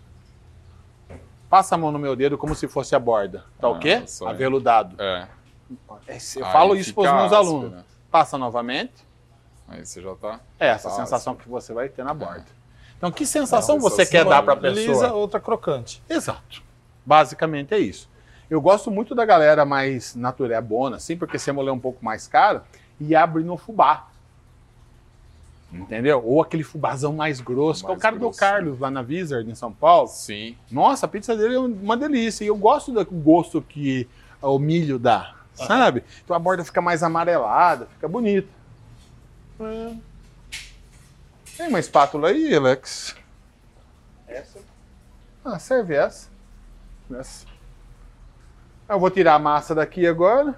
Passa a mão no meu dedo como se fosse a borda. Tá Ah, o quê? só aí. Aveludado. É. É, Eu Aí falo isso para os fica meus áspera. alunos. Passa novamente. Aí você já tá. É essa Tá sensação que você vai ter na borda. Então, que sensação Não, você sensação quer dar para a Lisa, pessoa? outra crocante. Exato. Basicamente é isso. Eu gosto muito da galera mais naturebona, assim, porque sêmola é um pouco mais caro e abre no fubá. Entendeu? Ou aquele fubazão mais grosso, que é o Mais cara do grosso. Carlos, lá na Wizard, em São Paulo. Sim. Nossa, a pizza dele é uma delícia. E eu gosto do gosto que o milho dá, sabe? Então a borda fica mais amarelada, fica bonita. É. Tem uma espátula aí, Alex? Essa? Ah, serve essa. Essa. Eu vou tirar a massa daqui agora.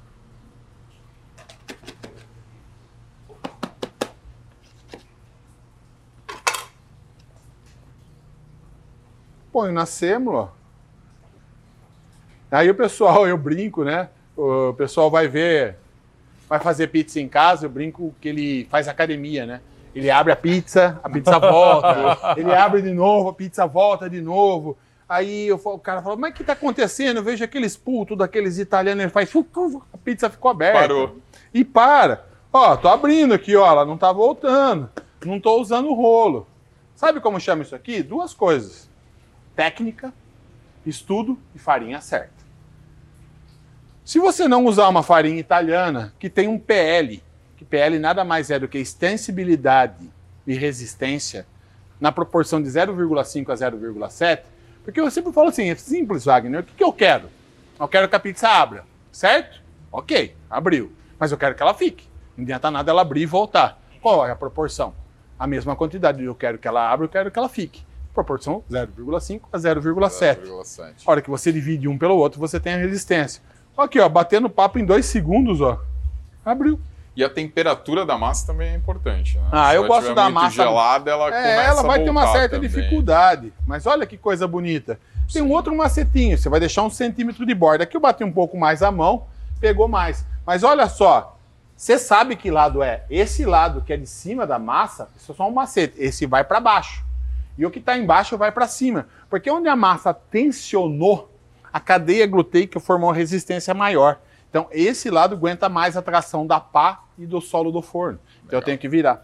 Põe na sêmola. Aí o pessoal, eu brinco, né? O pessoal vai ver, vai fazer pizza em casa, eu brinco que ele faz academia, né? Ele abre a pizza, a pizza volta. Ele abre de novo, a pizza volta de novo. Aí eu, o cara fala, mas o que está acontecendo? Eu vejo aqueles putos daqueles italianos, ele faz, a pizza ficou aberta. Parou. E para. Ó, tô abrindo aqui, ó, ela não tá voltando. Não tô usando o rolo. Sabe como chama isso aqui? Duas coisas. Técnica, estudo e farinha certa. Se você não usar uma farinha italiana que tem um P L, que P L nada mais é do que extensibilidade e resistência na proporção de zero vírgula cinco a zero vírgula sete, porque eu sempre falo assim, é simples, Wagner, o que, que eu quero? Eu quero que a pizza abra, certo? Ok, abriu. Mas eu quero que ela fique. Não adianta nada ela abrir e voltar. Qual é a proporção? A mesma quantidade. Eu quero que ela abra, eu quero que ela fique. proporção zero vírgula cinco a zero vírgula sete. zero vírgula sete. A hora que você divide um pelo outro, você tem a resistência. Aqui, ó, batendo papo em dois segundos, ó. Abriu. E a temperatura da massa também é importante, né? Ah, Se eu ela gosto tiver da muito massa gelada, ela É, começa ela vai a ter uma voltar certa também. dificuldade. Mas olha que coisa bonita. Tem um outro macetinho. Você vai deixar um centímetro de borda. Aqui eu bati um pouco mais a mão, pegou mais. Mas olha só, você sabe que lado é? Esse lado que é de cima da massa, isso é só um macete. Esse vai para baixo. E o que está embaixo vai para cima. Porque onde a massa tensionou, a cadeia gluteica formou uma resistência maior. Então, esse lado aguenta mais a tração da pá e do solo do forno. Então, eu tenho que virar.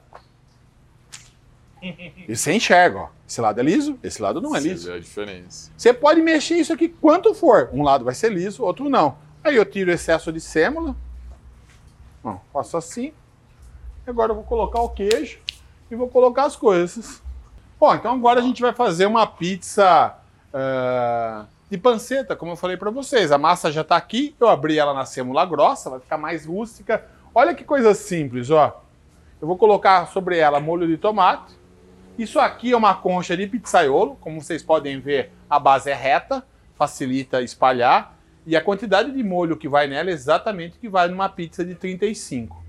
E você enxerga, ó. Esse lado é liso, esse lado não é Você liso. vê a diferença. Você pode mexer isso aqui quanto for. Um lado vai ser liso, outro não. Aí eu tiro o excesso de sêmola. Ó, faço assim. Agora eu vou colocar o queijo e vou colocar as coisas. Bom, então agora a gente vai fazer uma pizza uh, de panceta, como eu falei para vocês. A massa já está aqui, eu abri ela na sêmola grossa, vai ficar mais rústica. Olha que coisa simples, ó. Eu vou colocar sobre ela molho de tomate. Isso aqui é uma concha de pizzaiolo, como vocês podem ver, a base é reta, facilita espalhar. E a quantidade de molho que vai nela é exatamente o que vai numa pizza de trinta e cinco.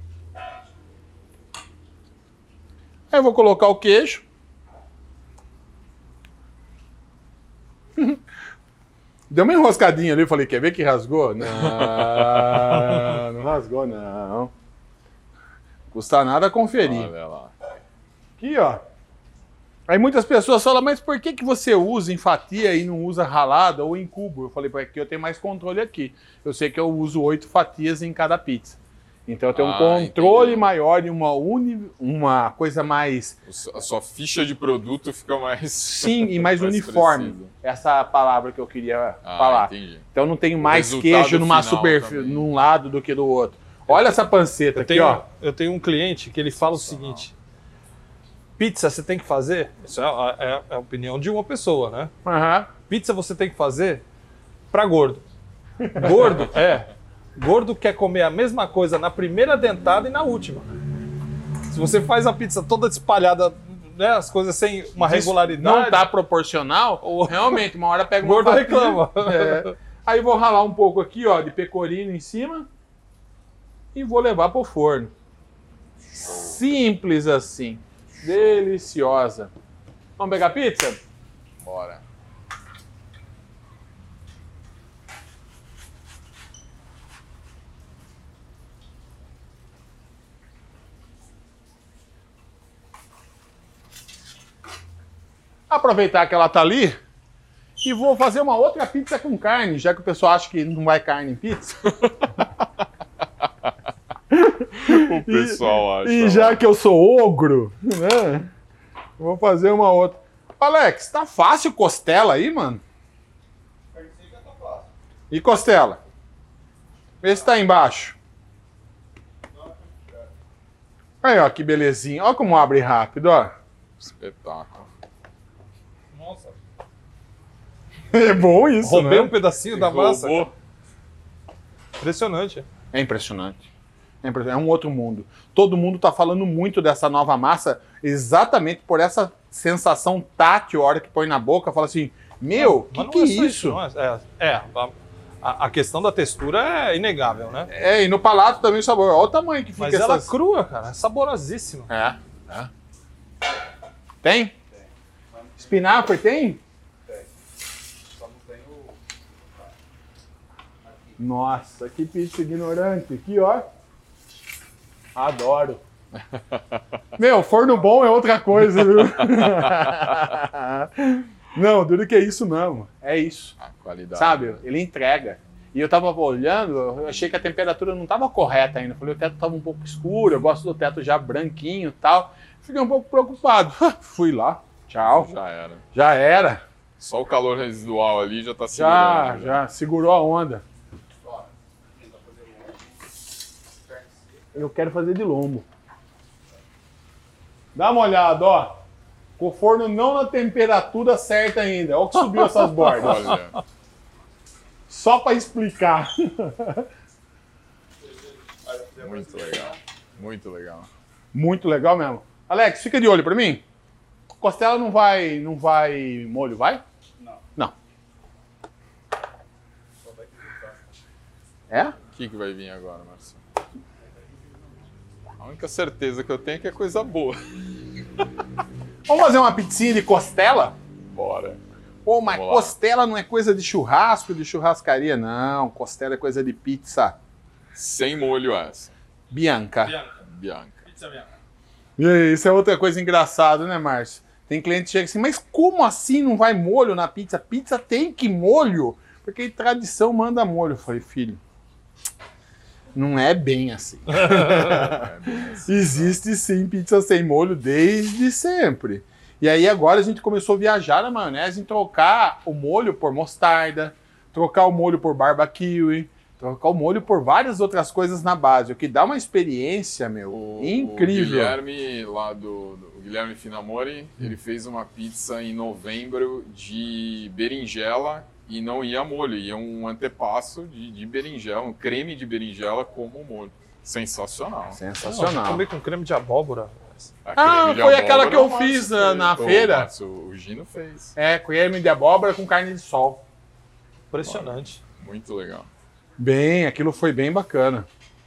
Aí eu vou colocar o queijo. Deu uma enroscadinha ali, eu falei, quer ver que rasgou? Não, não rasgou não. Custa nada conferir. Olha lá. Aqui, ó. Aí muitas pessoas falam, mas por que, que você usa em fatia e não usa ralada ou em cubo? Eu falei, porque aqui eu tenho mais controle aqui. Eu sei que eu uso oito fatias em cada pizza. Então eu tenho Ah, um controle entendi. maior e uma, uni, uma coisa mais... A sua ficha de produto fica mais... Sim, e mais, uniforme. precisa. Essa é a palavra que eu queria Ah, falar. entendi. Então não tenho mais resultado queijo numa final superfície, também. num lado do que do outro. Olha essa panceta Eu aqui, tenho, ó. eu tenho um cliente que ele fala o seguinte: pizza você tem que fazer, isso é a, é a opinião de uma pessoa, né? Aham. Pizza você tem que fazer para gordo. Gordo, é. Gordo quer comer a mesma coisa na primeira dentada e na última. Se você faz a pizza toda espalhada, né, as coisas sem uma regularidade, Não tá proporcional, O- realmente, uma hora pega o uma gordo fatia, reclama. é. Aí vou ralar um pouco aqui, ó, de pecorino em cima e vou levar pro forno. Simples assim. Deliciosa. Vamos pegar pizza? Bora. Aproveitar que ela tá ali e vou fazer uma outra pizza com carne, já que o pessoal acha que não vai carne em pizza. O pessoal acha. E já que eu sou ogro, né? Vou fazer uma outra. Alex, tá fácil costela aí, mano? E costela? Vê se tá embaixo. Aí, ó, que belezinha. Ó como abre rápido, ó. Espetáculo. Nossa, É bom isso, roubei um né? pedacinho da massa. Roubou. Impressionante. É impressionante. É impressionante. É um outro mundo. Todo mundo tá falando muito dessa nova massa exatamente por essa sensação tátil, a hora que põe na boca, fala assim, meu, Mas que não que é é só isso? não é, é, é, a, a questão da textura é inegável, né? É, e no palato também o sabor. Olha o tamanho que fica Mas ela essas... crua, cara, é saborosíssima. É. é. Tem? Espinafre tem? Só não tem o. Nossa, que pizza ignorante. Aqui, ó. Adoro. Meu, forno bom é outra coisa, viu? Não, duro que é isso não. É isso. A qualidade. Sabe? Ele entrega. E eu tava olhando, eu achei que a temperatura não tava correta ainda. Eu falei, o teto tava um pouco escuro, eu gosto do teto já branquinho e tal. Fiquei um pouco preocupado. Fui lá. Tchau. Já era. Já era. Só o calor residual ali já tá Já, segurando. já. Segurou a onda. Eu quero fazer de lombo. Dá uma olhada, ó. Com o forno não na temperatura certa ainda. Olha o que subiu essas bordas. Olha. Só para explicar. Muito legal. Muito legal. Muito legal mesmo. Alex, fica de olho para mim. Costela não vai, não vai molho, vai? Não. Não. Só vai ter que ficar. É? O que, que vai vir agora, Marcelo? A única certeza que eu tenho é que é coisa boa. Vamos fazer uma pizzinha de costela? Bora. Pô, mas Vamos lá. costela não é coisa de churrasco, de churrascaria, não. Costela é coisa de pizza. Sem molho essa. Bianca. Bianca. Bianca. Pizza Bianca. E aí, isso é outra coisa engraçada, né, Márcio? Tem cliente que chega assim, mas como assim não vai molho na pizza? Pizza tem que molho? Porque tradição manda molho. Eu falei, filho, não é bem assim. É bem assim. Existe sim pizza sem molho desde sempre. E aí agora a gente começou a viajar na maionese em trocar o molho por mostarda, trocar o molho por barbecue, trocar o molho por várias outras coisas na base, o que dá uma experiência, meu, O, incrível. O Guilherme, lá do, do o Guilherme Finamori, ele fez uma pizza em novembro de berinjela e não ia molho, ia um antepasso de, de berinjela, um creme de berinjela como molho. Sensacional. Sensacional. Eu comi com creme de abóbora. Aquele Ah, de foi aquela que eu o Márcio fiz, fez. ah, na O feira. Márcio, o Gino fez. É, creme de abóbora com carne de sol. Impressionante. Muito legal. Bem, aquilo foi bem bacana.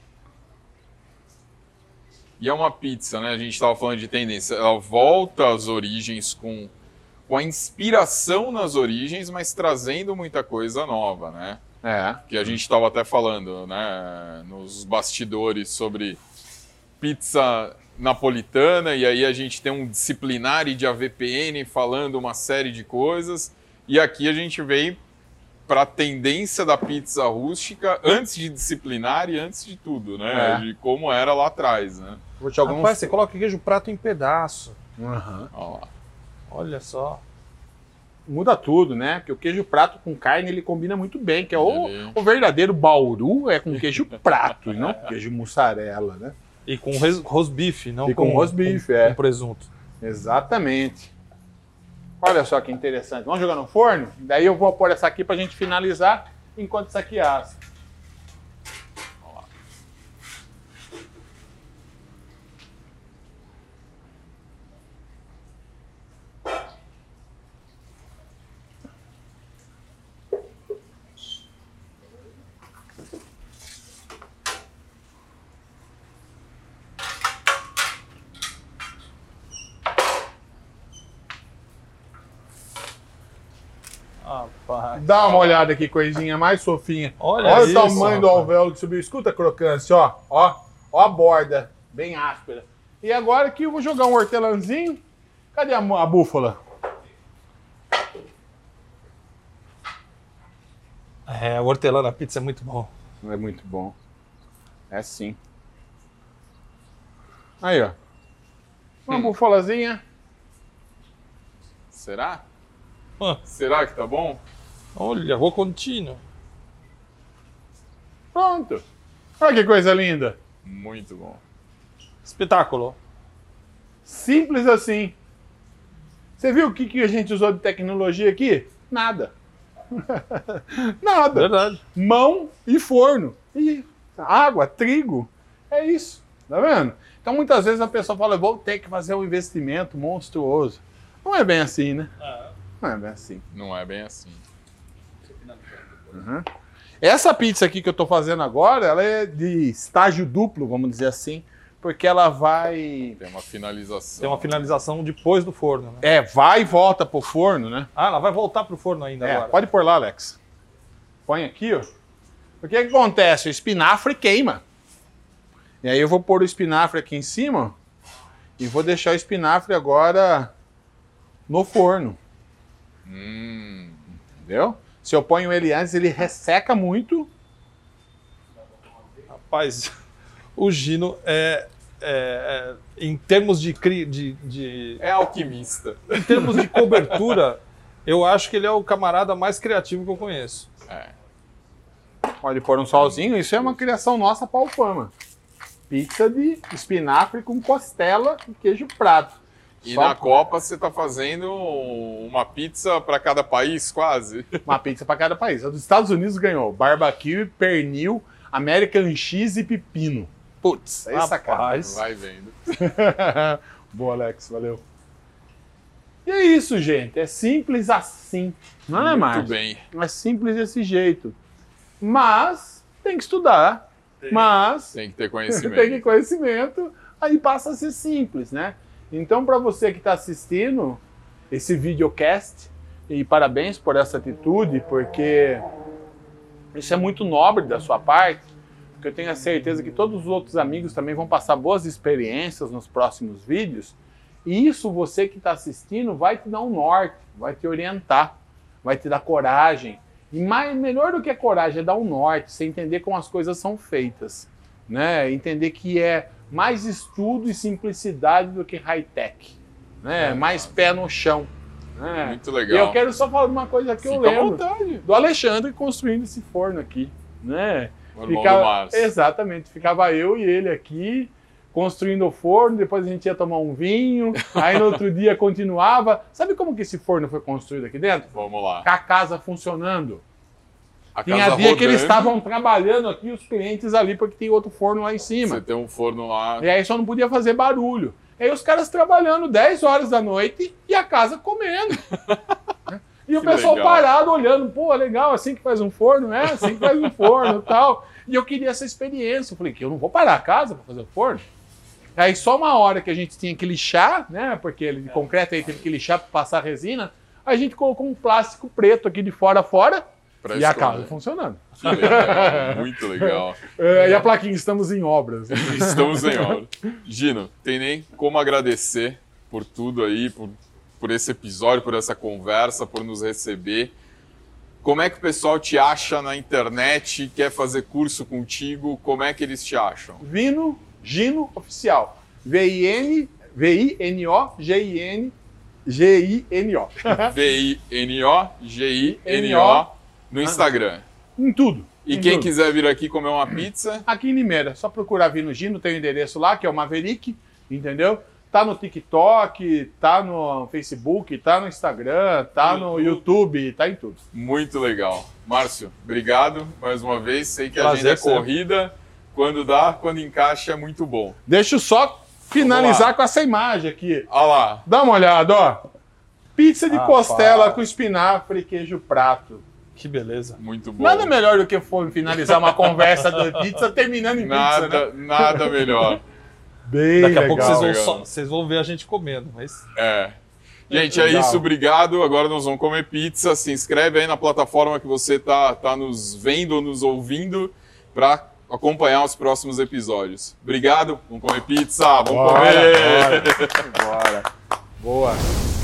E é uma pizza, né? A gente estava falando de tendência. Ela volta às origens com, com a inspiração nas origens, mas trazendo muita coisa nova, né? É. Que a gente estava até falando, né? Nos bastidores sobre pizza napolitana, e aí a gente tem um disciplinari de A V P N falando uma série de coisas, e aqui a gente veio para a tendência da pizza rústica antes de disciplinar e antes de tudo, né? É. De como era lá atrás, né? Vou te alguns... Rapaz, você coloca queijo prato em pedaço. Aham. Olha lá. Olha só. Muda tudo, né? Porque o queijo prato com carne ele combina muito bem, que é o, Ele- o verdadeiro bauru é com queijo prato e não com queijo mussarela, né? E com res- rosbife, não E com rosbife, com, é. com presunto. Exatamente. Olha só que interessante. Vamos jogar no forno? Daí eu vou pôr essa aqui pra gente finalizar enquanto isso aqui assa. Rapaz. Dá uma olhada aqui, coisinha mais fofinha. Olha Olha o isso, tamanho do rapaz. alvéolo que subiu. Escuta a crocância, ó. Ó, ó a borda, bem áspera. E agora aqui eu vou jogar um hortelãzinho. Cadê a, a búfala? É, o hortelã na pizza é muito bom. É muito bom. É sim. Aí, ó. Uma Hum. búfalazinha. Será? Ah, Será que tá bom? olha, vou contínuo. Pronto. Olha que coisa linda. Muito bom. Espetáculo. Simples assim. Você viu o que, que a gente usou de tecnologia aqui? Nada. Nada. Verdade. Mão e forno. E água, trigo. É isso. Tá vendo? Então muitas vezes a pessoa fala, eu vou ter que fazer um investimento monstruoso. Não é bem assim, né? Não é bem assim. Não é bem assim. Uhum. Essa pizza aqui que eu tô fazendo agora, ela é de estágio duplo, vamos dizer assim, porque ela vai... Tem uma finalização. Tem uma finalização depois do forno, né? É, vai e volta pro forno, né? Ah, ela vai voltar pro forno ainda É, agora. pode pôr lá, Alex. Põe aqui, ó. O que que acontece? O espinafre queima. E aí eu vou pôr o espinafre aqui em cima, ó, e vou deixar o espinafre agora no forno, Hum, entendeu? Se eu ponho ele antes, ele resseca muito. Rapaz, o Gino é, é- é- em termos de, cri- de, de- é alquimista. em termos de cobertura, eu acho que ele é o camarada mais criativo que eu conheço. É. Pode pôr um solzinho, isso é uma criação nossa para o Fama. Pizza de espinafre com costela e queijo prato. E Só na Copa você tá fazendo uma pizza para cada país, quase. uma pizza para cada país. A dos Estados Unidos ganhou barbecue, pernil, American cheese e pepino. Putz, é essa cara. Rapaz, Vai vendo. Boa, Alex, valeu. E é isso, gente. É simples assim. Não é, Muito mais? bem. É simples desse jeito. Mas tem que estudar. Tem. Mas Tem que ter conhecimento. tem que conhecimento, aí passa a ser simples, né? Então, para você que está assistindo esse videocast, e parabéns por essa atitude, porque isso é muito nobre da sua parte, porque eu tenho a certeza que todos os outros amigos também vão passar boas experiências nos próximos vídeos, e isso você que está assistindo vai te dar um norte, vai te orientar, vai te dar coragem. E mais, melhor do que a coragem é dar um norte, você entender como as coisas são feitas, né? Entender que é mais estudo e simplicidade do que high-tech, né? É, mais nossa. pé no chão. Né? Muito E legal. eu quero só falar uma coisa que Fica eu à lembro vontade. do Alexandre construindo esse forno aqui, né? O irmão Ficava- do Márcio. Exatamente, ficava eu e ele aqui construindo o forno, depois a gente ia tomar um vinho, aí no outro dia continuava. Sabe como que esse forno foi construído aqui dentro? Vamos lá. Com a casa funcionando. A Tinha casa dia que eles rodando, estavam trabalhando aqui, os clientes ali, porque tem outro forno lá em cima. Você tem um forno lá. E aí só não podia fazer barulho. E aí os caras trabalhando dez horas da noite e a casa comendo. E o Que pessoal legal. parado olhando, pô, legal, assim que faz um forno, é assim que faz um forno e tal. E eu queria essa experiência. Eu falei que eu não vou parar a casa para fazer o forno. Aí só uma hora que a gente tinha que lixar, né? Porque ele de concreto aí teve que lixar para passar resina. A gente colocou um plástico preto aqui de fora a fora pra e a esconder. casa funcionando. Que legal. Muito legal. É, e a plaquinha, estamos em obras. Estamos em obra. Gino, tem nem como agradecer por tudo aí, por, por esse episódio, por essa conversa, por nos receber. Como é que o pessoal te acha na internet, quer fazer curso contigo, como é que eles te acham? Vino Gino Oficial. V I N, V I N O, G I N, G I N O. V I N O G I N O no Instagram. Em tudo. E em quem tudo. quiser vir aqui comer uma pizza, Aqui em Limeira, só procurar Vino Gino, tem o endereço lá, que é o Maverick, entendeu? Tá no TikTok, tá no Facebook, tá no Instagram, tá no YouTube, tá em tudo. muito legal. Márcio, obrigado mais uma vez. Sei que a Prazer agenda é sempre. corrida. Quando dá, quando encaixa, é muito bom. Deixa eu só Vamos finalizar lá. com essa imagem aqui. Olha lá. Dá uma olhada, ó. Pizza de Ah, costela pá. com espinafre e queijo prato. Que beleza. Muito bom. Nada melhor do que for finalizar uma conversa da pizza terminando em pizza, né? Nada, nada melhor. Bem Daqui a legal. pouco vocês vão, legal. só- vocês vão ver a gente comendo, mas É. Gente, é Legal. isso, obrigado. Agora nós vamos comer pizza. Se inscreve aí na plataforma que você tá, tá nos vendo ou nos ouvindo para acompanhar os próximos episódios. Obrigado, vamos comer pizza, vamos Bora, comer! bora. Bora. Boa.